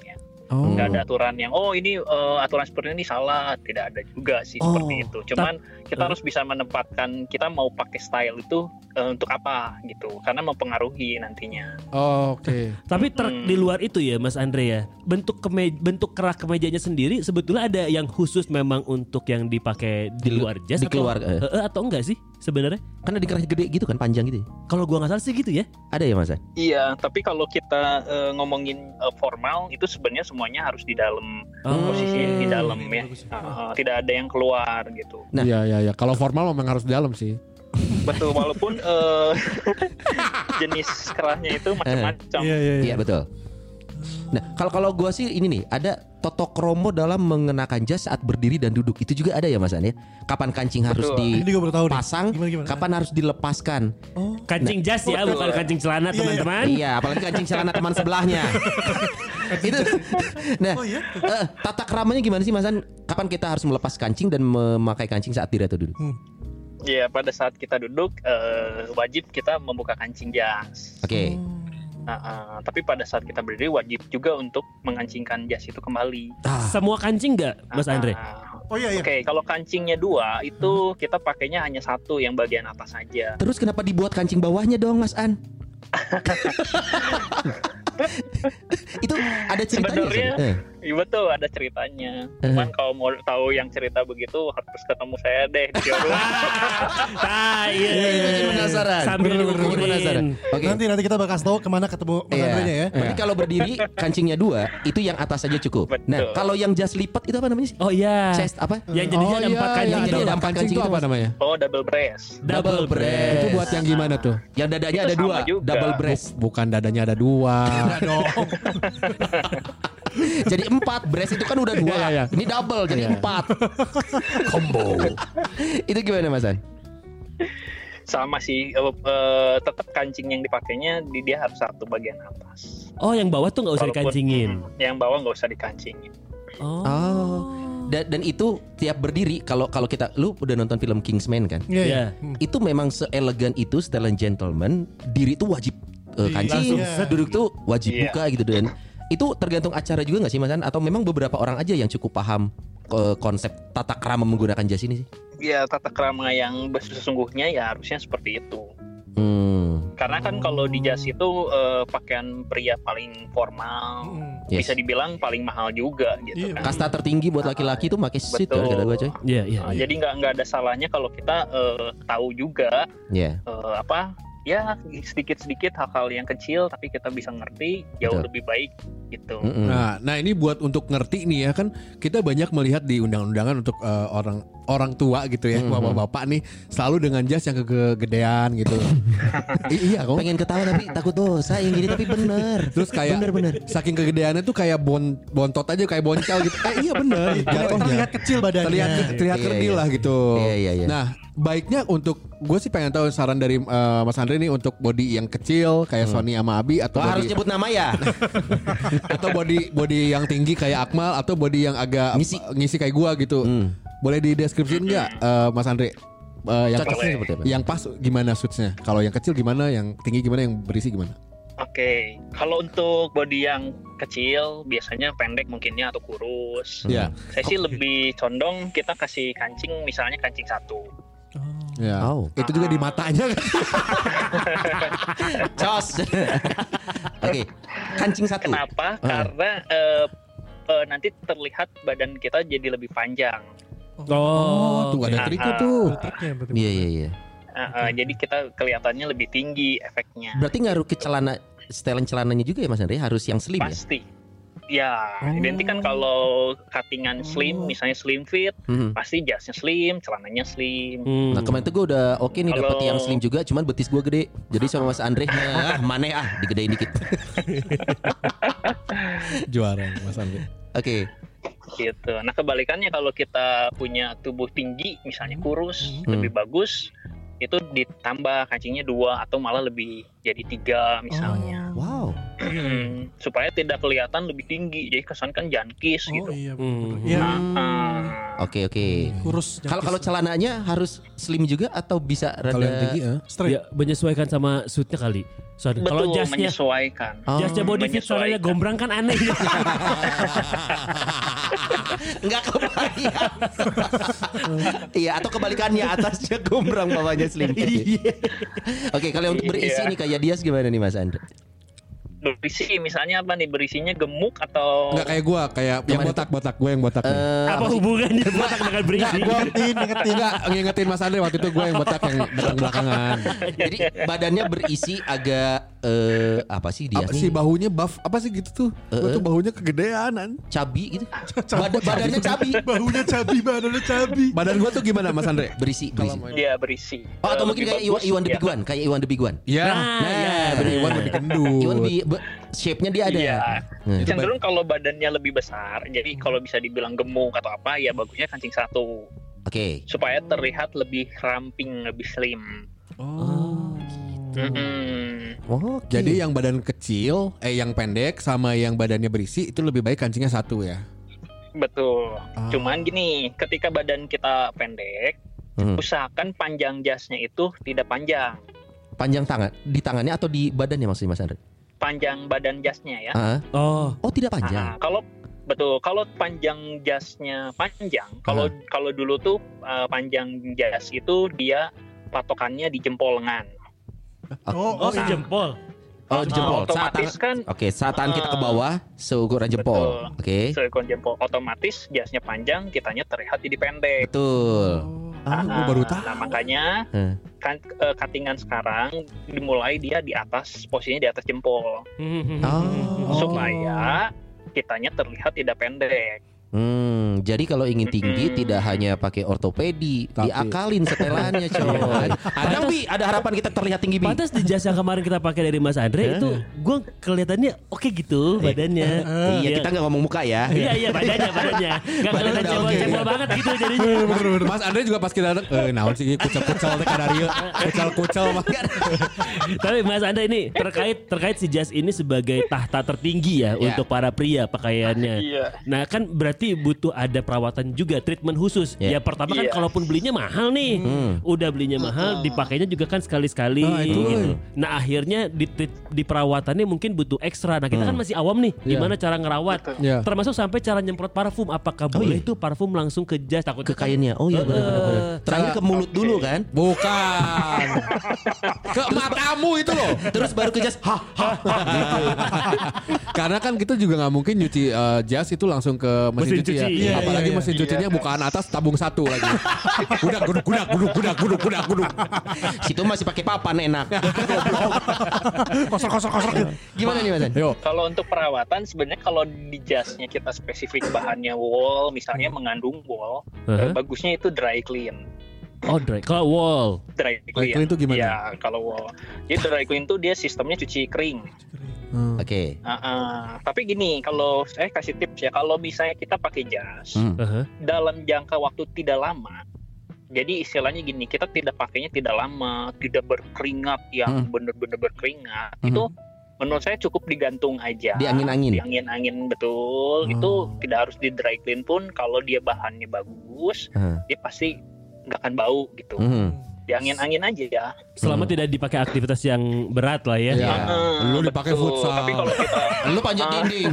Nggak ada aturan yang ini aturan seperti ini salah, tidak ada juga sih seperti itu. Cuman kita harus bisa menempatkan kita mau pakai style itu untuk apa gitu, karena mempengaruhi nantinya. Oke. Tapi di luar itu ya Mas Andre ya, bentuk kerak kemejanya sendiri sebetulnya ada yang khusus memang untuk yang dipakai di luar jas atau enggak sih sebenarnya? Karena dikerahnya gede gitu kan, panjang gitu. Kalau gua nggak salah sih gitu ya. Ada ya Mas? Iya, tapi kalau kita ngomongin formal itu sebenarnya semuanya harus di dalam posisi di dalam ya. Tidak ada yang keluar gitu. Nah, iya. Kalau formal memang harus di dalam sih. Betul, walaupun jenis kerahnya itu macam-macam. Iya betul. Nah, kalau gua sih ini nih, ada toto kromo dalam mengenakan jas saat berdiri dan duduk. Itu juga ada ya Mas An ya. Kapan kancing harus dipasang, kapan harus dilepaskan. Kancing jas ya, bukan kancing celana teman-teman. Iya, apalagi kancing celana teman sebelahnya. Itu. Nah, tata keramanya gimana sih Mas An? Kapan kita harus melepas kancing dan memakai kancing saat diri atau duduk? Ya, pada saat kita duduk wajib kita membuka kancing jas. Oke. Tapi pada saat kita berdiri wajib juga untuk mengancingkan jas itu kembali. Semua kancing nggak, Mas Andre? Iya. Oke, kalau kancingnya 2 itu kita pakainya hanya 1 yang bagian atas saja. Terus kenapa dibuat kancing bawahnya dong, Mas An? Itu ada ceritanya. Sebenarnya, iya betul ada ceritanya. Cuman kalau mau tahu yang cerita begitu harus ketemu saya deh di showroom. Iya. Penasaran. Sambil penasaran. Oke. Nanti kita bakal tahu kemana ketemu Mas Andre ya. Berarti kalau berdiri kancingnya 2 itu yang atas saja cukup. Betul. Nah, kalau yang jas lipat itu apa namanya sih? Oh iya. Chest apa? Yang jadinya ada 4 kancing. Yang jadi ada 4 kancing itu apa namanya? Oh, double breast. Double breast. Itu buat yang gimana tuh? Yang dadanya Itu ada 2. sama juga. Double breast. Bukan dadanya ada 2. Jadi 4 breast itu kan udah 2. Iya. Ini double jadi 4. Combo. Itu gimana Mas An? Sama sih, tetap kancing yang dipakainya dia harus 1 bagian atas. Oh, yang bawah tuh nggak usah dikancingin. Yang bawah nggak usah dikancingin. Oh. Dan itu tiap berdiri kalau kita lu udah nonton film Kingsman kan? Iya. Itu memang seelegan itu setelan gentleman, diri itu wajib kancing, duduk tuh wajib buka gitu dan itu tergantung acara juga nggak sih Mas An? Atau memang beberapa orang aja yang cukup paham konsep tata krama menggunakan jas ini sih? Ya tata krama yang sesungguhnya ya harusnya seperti itu. Karena kan kalau di jas itu pakaian pria paling formal, bisa dibilang paling mahal juga gitu kan. Kasta tertinggi buat laki-laki itu pakai suit kan kata gue coy. Iya. Jadi nggak ada salahnya kalau kita tahu juga ya sedikit-sedikit hal-hal yang kecil tapi kita bisa ngerti jauh lebih baik gitu. Nah ini buat untuk ngerti nih ya kan kita banyak melihat di undang-undangan untuk orang tua gitu ya, bapak-bapak nih selalu dengan jas yang kegedean gitu. Iya, kamu pengen ketawa tapi takut dosa yang gini tapi bener. Terus kayak bener. Saking kegedeannya tuh kayak bontot aja kayak boncal gitu. Iya bener. Terlihat kecil badannya. Terlihat kerdil lah gitu. Iya. Nah baiknya untuk gue sih pengen tahu saran dari Mas Andre nih untuk body yang kecil kayak Sony sama Abi atau harus nyebut nama ya. Atau body yang tinggi kayak Akmal atau body yang agak ngisi kayak gue gitu. Boleh dideskripsiin nggak Mas Andre? Yang pas gimana suitsnya? Kalau yang kecil gimana? Yang tinggi gimana? Yang berisi gimana? Oke, kalau untuk body yang kecil biasanya pendek mungkinnya atau kurus. Saya sih lebih condong kita kasih kancing misalnya kancing 1. Ya. Itu juga di matanya kan. Cos. Oke. Kancing 1. Kenapa? Karena nanti terlihat badan kita jadi lebih panjang. Tuh ada triknya tuh. Iya. Jadi kita kelihatannya lebih tinggi efeknya. Berarti ngaruh ke setelan celananya juga ya Mas Andre? Harus yang slim Pasti. Ya, identik kan kalau cuttingan slim, misalnya slim fit, pasti jasnya slim, celananya slim. Nah kemarin tuh gue udah oke nih dapet yang slim juga, cuman betis gue gede. Jadi sama Mas Andre, mana digedein dikit. Juara Mas Andre. Oke. Gitu. Nah kebalikannya kalau kita punya tubuh tinggi, misalnya kurus, lebih bagus. Itu ditambah kancingnya 2 atau malah lebih jadi 3 misalnya. Wow. Supaya tidak kelihatan lebih tinggi. Jadi kesan kan jankis gitu. Iya. Oke. Kurus. Kalau celananya harus slim juga atau bisa rada Kalau yang tinggi ya menyesuaikan sama suitnya kali. Betul, kalau jasnya menyesuaikan. Jasnya body fit soalnya gombrang kan aneh. Enggak kebayang. Iya, atau kebalikannya, atasnya gombrang, bawahnya slim fit. Oke, kalau untuk berisi nih kayak Dias gimana nih Mas Andre? Berisi misalnya apa nih, berisinya gemuk atau enggak kayak gue, kayak yang botak gue yang botak. Apa hubungannya botak dengan berisi? Gue ngingetin Mas Andre waktu itu gue yang botak yang belakangan. Jadi badannya berisi agak apa sih dia si bahunya buff apa sih gitu tuh? Gue tuh bahunya kegedeanan, cabi gitu. Badannya cabi. Badannya cabi. Badan gue tuh gimana Mas Andre? Berisi. Dia berisi. Oh, atau mungkin kayak Iwan the Big One, kayak Iwan the Big One. Iya. Nah, Iwan lebih kendul. Iwan shape-nya dia ada. Iya. Cenderung kalau badannya lebih besar, jadi kalau bisa dibilang gemuk atau apa, ya bagusnya kancing 1. Oke. Supaya terlihat lebih ramping, lebih slim. Oh, gitu. Jadi yang badan kecil, yang pendek sama yang badannya berisi itu lebih baik kancingnya 1 ya. Betul. Cuman gini, ketika badan kita pendek, usahakan panjang jasnya itu tidak panjang. Panjang tangan, di tangannya atau di badannya maksudnya Mas Andre? Panjang badan jasnya ya. Oh, tidak panjang. Kalau panjang jasnya panjang, kalau dulu tuh panjang jas itu dia patokannya di jempol lengan. Di jempol. Oh, jempol. Otomatis saat tangan kita ke bawah seukuran jempol. Oke. Seukuran jempol. Otomatis jasnya panjang, kitanya terlihat jadi pendek. Betul. Gue baru tahu. Nah, makanya cuttingan sekarang dimulai dia di atas, posisinya di atas jempol. Supaya kitanya terlihat tidak pendek. Jadi kalau ingin tinggi tidak hanya pakai ortopedi, diakalin setelannya coy. Ada harapan kita terlihat tinggi. Pantas di jas yang kemarin kita pakai dari Mas Andre itu gue kelihatannya oke gitu badannya. Iya, kita nggak ngomong muka ya. Iya badannya. Nggak kelihatan cebol banget gitu jadinya. Mas Andre juga pas kita naon sih kucel-kucel teh kadario. Kucel-kucel mah. Tapi Mas Andre ini terkait si jas ini sebagai tahta tertinggi ya untuk para pria pakaiannya. Nah, kan berarti butuh ada perawatan juga, treatment khusus. Ya pertama kan kalaupun belinya mahal nih, udah belinya mahal, dipakainya juga kan sekali-sekali. Gitu. Nah akhirnya di perawatannya mungkin butuh ekstra. Nah kita kan masih awam nih, gimana cara ngerawat, termasuk sampai cara nyemprot parfum. Apakah boleh tuh parfum langsung ke jas, takut ke kainnya? Oh iya benar. Terakhir ke mulut dulu kan? Bukan. Ke matamu itu loh. Terus baru ke jas. Gitu. Karena kan kita juga nggak mungkin nyuci jas itu langsung ke mesin cuci ya. Apalagi mesin cucinya bukaan atas tabung 1 lagi. Gudang. Situ masih pakai papan enak. Kosor. Gimana nih Mas? Kalau untuk perawatan sebenarnya kalau di jasnya kita spesifik bahannya wool, misalnya mengandung wool, bagusnya itu dry clean. Oh, kalau wool. Dry clean itu gimana? Ya, kalau wool. Jadi dry clean itu dia sistemnya cuci kering. Oke. Tapi gini, kalau saya kasih tips ya, kalau misalnya kita pakai jas dalam jangka waktu tidak lama, jadi istilahnya gini, kita tidak pakainya tidak lama, tidak berkeringat yang benar-benar berkeringat, itu menurut saya cukup digantung aja. Di angin-angin. Di angin-angin betul. Itu tidak harus di dry clean pun, kalau dia bahannya bagus, dia pasti nggak akan bau gitu. Di angin-angin aja ya. Selama tidak dipakai aktivitas yang berat lah ya. Lu dipakai futsal. Tapi kalau kita lu panjat dinding.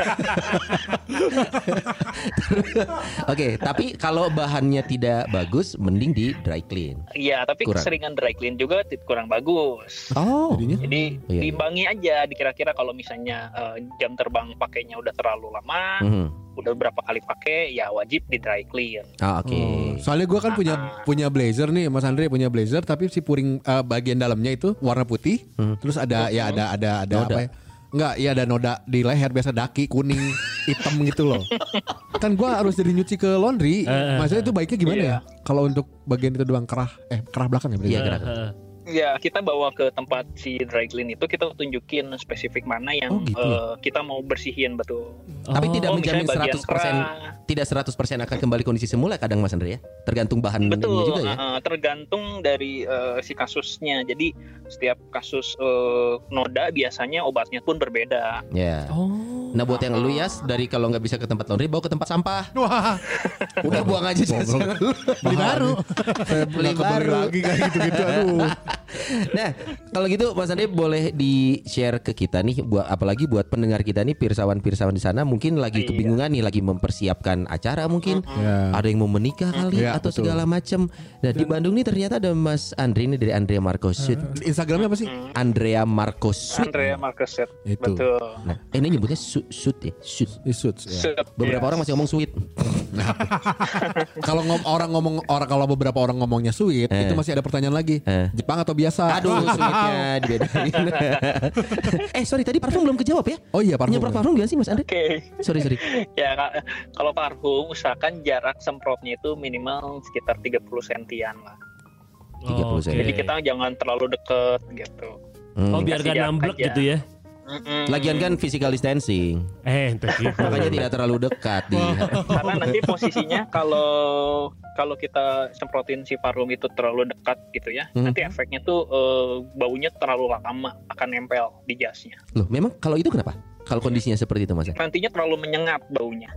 Oke, tapi kalau bahannya tidak bagus mending di dry clean. Iya, tapi keseringan dry clean juga kurang bagus. Jadi diimbangi aja, dikira-kira kalau misalnya jam terbang pakainya udah terlalu lama, udah berapa kali pakai, ya wajib di dry clean. Oke. Soalnya gue kan punya blazer nih, Mas Andre punya blazer, tapi si puring bagian dalamnya itu warna putih, terus ada ada apa ya? Enggak, iya ada noda di leher, biasa daki kuning hitam gitu loh. Kan gue harus jadi nyuci ke laundry. Maksudnya itu baiknya gimana ya? Kalau untuk bagian itu doang kerah belakang ya berarti. Iya, kerah. Ya, kita bawa ke tempat si dry clean itu, kita tunjukin spesifik mana yang kita mau bersihin betul. Tapi tidak menjamin 100%, tidak 100% akan kembali kondisi semula kadang Mas Andre ya. Tergantung bahan juga ya. Tergantung dari si kasusnya. Jadi setiap kasus noda biasanya obatnya pun berbeda. Ya. Nah buat yang lu ya dari kalau nggak bisa ke tempat laundry bawa ke tempat sampah. Wah. Udah buang aja beli baru. Beli baru lagi kayak gitu-gitu. Aduh. Nah kalau gitu Mas Andre boleh di-share ke kita nih apalagi buat pendengar kita nih pirsawan di sana mungkin lagi kebingungan nih lagi mempersiapkan acara mungkin ada yang mau menikah kali atau betul. Segala macam. Nah di Bandung nih ternyata ada Mas Andre nih dari Andrea Marco Suite. Instagramnya apa sih? Andrea Marco Suite. Andrea Marco Suite. Itu. Betul. Nah, ini nyebutnya suit ya, suit. Ya. Beberapa orang masih ngomong sweet. Kalau kalau beberapa orang ngomongnya sweet, itu masih ada pertanyaan lagi. Jepang atau biasa? Aduh, sweetnya dibedain. Sorry tadi parfum belum kejawab ya? Oh iya parfum. Nyemprot parfum gimana sih Mas Andre? Oke. Sorry. Ya kalau parfum usahakan jarak semprotnya itu minimal sekitar 30 sentian lah. 30 cm. Jadi kita jangan terlalu deket gitu. Biar gak namblek gitu ya. Lagian kan physical distancing. Makanya tidak terlalu dekat Karena nanti posisinya kalau kita semprotin si parfum itu terlalu dekat gitu ya, nanti efeknya tuh baunya terlalu lama akan nempel di jasnya. Loh, memang kalau itu kenapa? Kalau kondisinya seperti itu Mas? Nantinya terlalu menyengat baunya.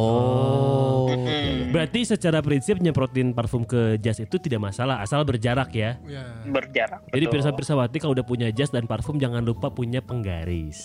Berarti secara prinsip nyemprotin parfum ke jas itu tidak masalah asal berjarak ya. Berjarak. Jadi pirsawati kalau udah punya jas dan parfum jangan lupa punya penggaris.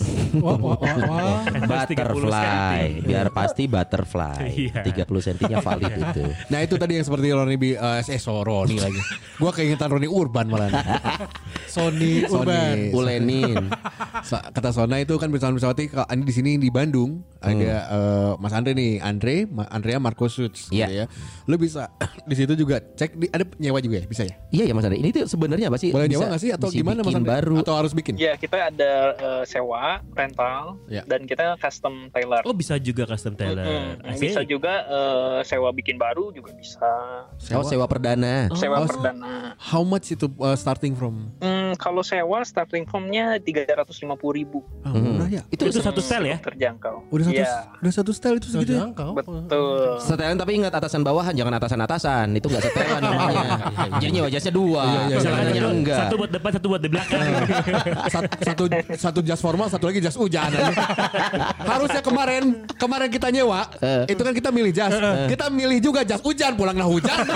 Butterfly. Biar pasti butterfly. 30 sentinya valid itu. Nah itu tadi yang seperti Roni lagi. Gua keingetan Roni Urban malah. Sony Urban. Ulenin. Kata Sona itu kan pirsawati ini di sini di Bandung ada Mas Andre nih, Andrea Marco Suits gitu ya. Lu bisa di situ juga cek ada nyewa juga ya, bisa ya? Iya Mas Andre. Ini tuh sebenarnya apa sih? Boleh nyewa enggak sih atau gimana Mas Andre? Baru. Atau harus bikin? Ya, kita ada sewa, rental dan kita custom tailor. Oh, bisa juga custom tailor. Bisa juga sewa bikin baru juga bisa. Sewa perdana. Perdana. How much itu starting from? Kalau sewa starting from-nya 350.000. Murah ya? Itu satu style ya? Terjangkau. Udah satu style itu segitu. Betul. Setelan tapi ingat atasan bawahan, jangan atasan. Itu enggak setelan namanya. Jadi nyewa jasnya 2. Celananya enggak. Satu buat depan, satu buat di belakang. Satu jas formal, satu lagi jas hujan. Harusnya kemarin kita nyewa, itu kan kita milih jas. Kita milih juga jas hujan, pulanglah hujan.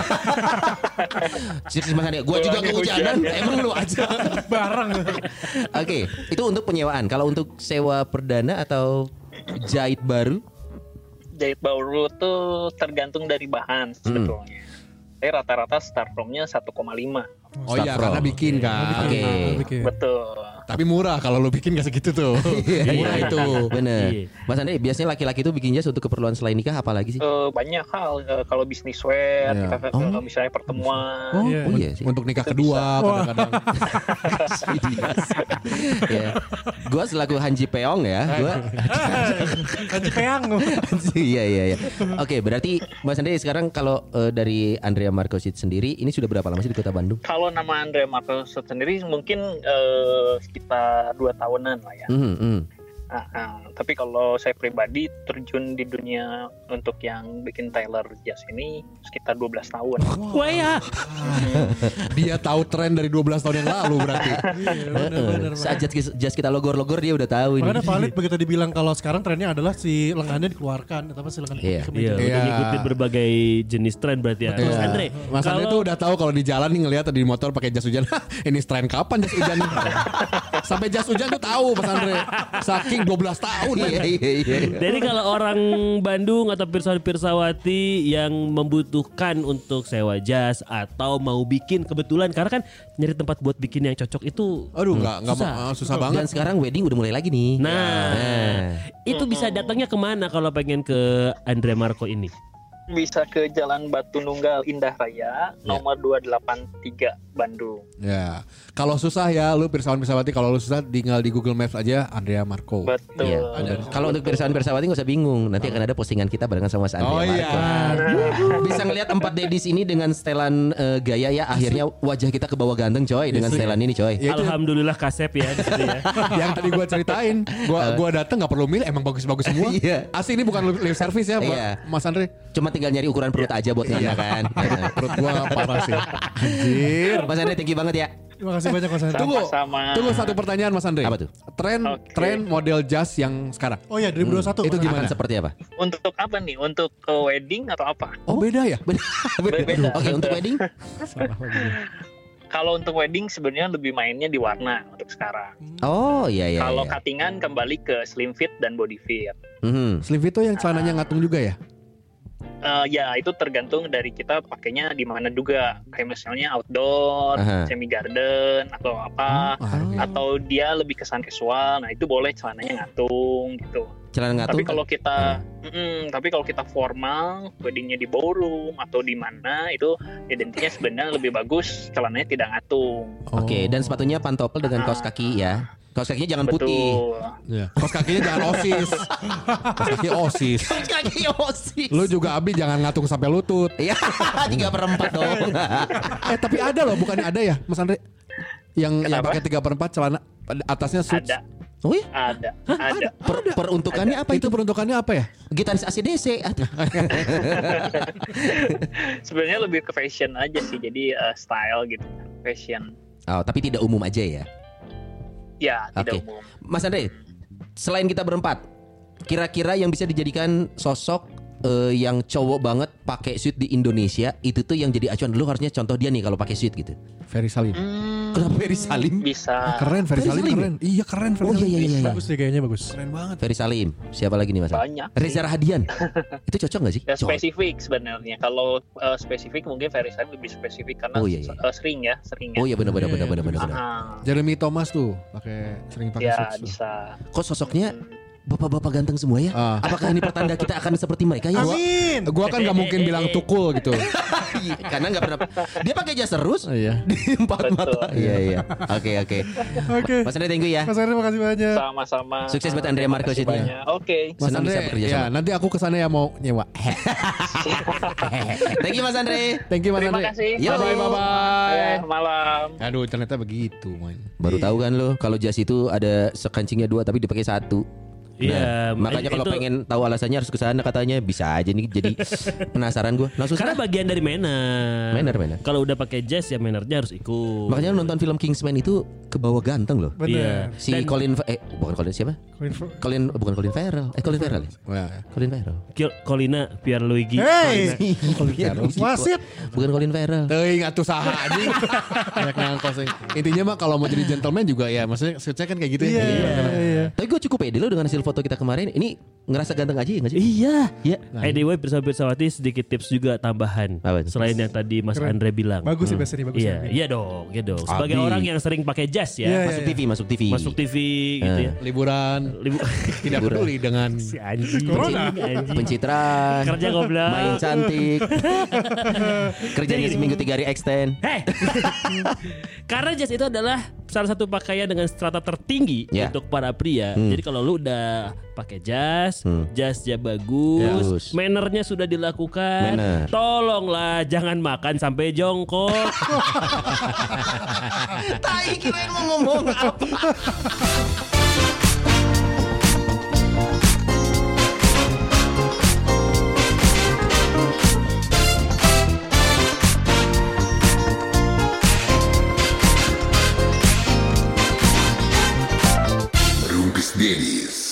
Gue juga kehujanan. Emang lu aja bareng. Oke, itu untuk penyewaan. Kalau untuk sewa perdana atau jahit baru? Jahit baru tuh tergantung dari bahan sebetulnya. Tapi rata-rata start from-nya 1,5. Oh iya, karena bikin kan. Oke. Betul. Tapi murah kalau lu bikin gak segitu tuh. Murah itu. Bener. Mas Andre, biasanya laki-laki itu bikin jas untuk keperluan selain nikah apalagi sih? Banyak hal. Kalau bisnis wear, kita misalnya pertemuan. Oh iya sih. Untuk nikah kedua kadang-kadang. Gue selaku Hanji Peong ya. Hanji Peong. Iya. Oke, berarti Mas Andre sekarang kalau dari Andrea Marco Suite sendiri, ini sudah berapa lama sih di Kota Bandung? Kalau nama Andrea Marco Suite sendiri mungkin sekitar 2 tahunan lah ya. Tapi kalau saya pribadi terjun di dunia untuk yang bikin tailor jas ini sekitar 12 tahun. Wah ya. Dia tahu tren dari 12 tahun yang lalu berarti. Bener. Saat jas kita logor-logor dia udah tahu ini. Makanya valid begitu dibilang kalau sekarang trennya adalah si lengannya dikeluarkan atau si lengan udah ngikutin berbagai jenis tren berarti ya. Mas Andre tuh udah tahu kalau di jalan nih ngelihat di motor pakai jas hujan. Ini tren kapan jas hujan? Sampai jas hujan tuh tahu Mas Andre. Saking 12 tahun. Iya. Jadi kalau orang Bandung atau pirsawati yang membutuhkan untuk sewa jas atau mau bikin kebetulan karena kan nyari tempat buat bikin yang cocok itu susah banget. Dan sekarang wedding udah mulai lagi nih. Itu bisa datangnya kemana kalau pengen ke Andrea Marco ini? Bisa ke Jalan Batu Nunggal Indah Raya nomor 283 Bandung. Ya. Kalau susah ya lu pirsawan-pirsawati, kalau lu susah tinggal di Google Maps aja Andrea Marco. Betul. Ya, kalau untuk pirsawan-pirsawati enggak usah bingung. Nanti akan ada postingan kita barengan sama Mas Andrea Marco. Bisa ngelihat 4 dedis ini dengan setelan gaya ya. Akhirnya wajah kita ke bawah ganteng coy dengan setelan ini coy. Alhamdulillah kasep ya di situ ya. Yang tadi gua ceritain, gua datang enggak perlu milih, emang bagus-bagus semua. Asli ini bukan lip service ya, Mas Andre. Cuma tinggal nyari ukuran perut aja buat Nana kan. Perut gua parah sih. Anjir. Mas Andre thank you banget ya. Terima kasih banyak Mas Andre. Tunggu satu pertanyaan Mas Andre. Apa tuh? Tren model jas yang sekarang. Oh ya 2021. Itu gimana? Seperti apa? Untuk apa nih? Untuk wedding atau apa? Oh beda ya? Beda. Oke, untuk wedding? Kalau untuk wedding sebenarnya lebih mainnya di warna untuk sekarang. Oh iya. Kalau cuttingan kembali ke slim fit dan body fit. Slim fit itu yang celananya ngatung juga ya? Ya itu tergantung dari kita pakainya di mana juga, kayak misalnya outdoor, semi garden atau apa, atau dia lebih kesan casual, nah itu boleh celananya ngatung gitu. Celana ngatung. Tapi kalau kita formal, weddingnya di ballroom atau di mana itu identiknya sebenarnya lebih bagus celananya tidak ngatung. Oke, dan sepatunya pantopel dengan kaos kaki ya. Kaos kakinya jangan putih. Ya. Kaos kakinya jangan osis. Kaos kaki osis. Lu juga Abi jangan ngatung sampai lutut. Iya. 3/4 dong. Tapi ada loh, bukannya ada ya, Mas Andre? Yang pakai 3/4 celana atasnya suits. Ada. Oh iya? Ada. Peruntukannya apa itu? Peruntukannya apa ya? Gitaris AC/DC. Sebenarnya lebih ke fashion aja sih. Jadi style gitu, fashion. Oh, tapi tidak umum aja ya? Ya, tidak umum. Mas Andre, selain kita berempat, kira-kira yang bisa dijadikan sosok yang cowok banget pakai suit di Indonesia, itu tuh yang jadi acuan. Lu harusnya contoh dia nih kalau pakai suit gitu. Ferry Salim. Kenapa Ferry Salim? Bisa. Keren Ferry Salim keren. Iya keren Ferry Salim. Iya. Bagus deh kayaknya bagus. Keren banget. Ferry Salim. Siapa lagi nih Mas? Banyak. Reza Rahadian. Itu cocok gak sih? Ya spesifik sebenarnya. Kalau spesifik mungkin Ferry Salim lebih spesifik karena sering ya. Oh iya benar. Jeremy Thomas tuh sering pakai suit. Ya bisa. Kok sosoknya bapak-bapak ganteng semua ya? Apakah ini pertanda kita akan seperti mereka ya? Amin. Gua kan gak mungkin bilang tukul gitu. Karena gak pernah. Dia pakai jas terus. Iya. Di empat mata. Iya. Oke. Mas Andre thank you ya. Mas Andre makasih banyak. Sama-sama. Sukses buat Andrea Marco shootnya. Oke. Mas Andre ya nanti aku kesana ya mau nyewa. Thank you Mas Andre. Terima kasih. Bye. Malam. Aduh ternyata begitu man. Baru tahu kan lo kalau jas itu ada sekancingnya 2 tapi dipakai 1. Iya, makanya kalau pengen tahu alasannya harus ke sana katanya. Bisa aja nih, jadi penasaran gue. Karena bagian dari manner. Kalau udah pakai jas ya mannernya harus ikut. Makanya nonton film Kingsman itu ke bawah ganteng loh. Bener. Si Colin siapa? Colin Farrell. Colin Farrell ya? Colin Farrell. Colina Pierluigi. Hey. Wasit. Bukan Colin Farrell. Teuing atuh saha anjing. Banyak ngangkos. Intinya mah kalau mau jadi gentleman juga ya maksudnya suitsnya kan kayak gitu ya. Iya. Tapi gue cukup pede lo dengan hasil foto kita kemarin. Ini ngerasa ganteng aja ya gak sih? Iya. Anyway bersama-bersawati sedikit tips juga tambahan. Selain yang tadi Mas Andre bilang. Bagus sih bahasanya bagus. Iya dong. Sebagai orang yang sering pakai jas ya. Masuk TV gitu ya. Liburan. Tidak peduli dengan si anjing. Pencitraan. Kerja goblok. Main cantik. Kerjanya seminggu 3 hari extend. Karena jas itu adalah salah satu pakaian dengan strata tertinggi untuk para pria. Jadi kalau lu udah pakai jas, jasnya bagus, mannernya sudah dilakukan, tolonglah jangan makan sampai jongkok. Tai kirain mau ngomong apa? Rumpis Dennis.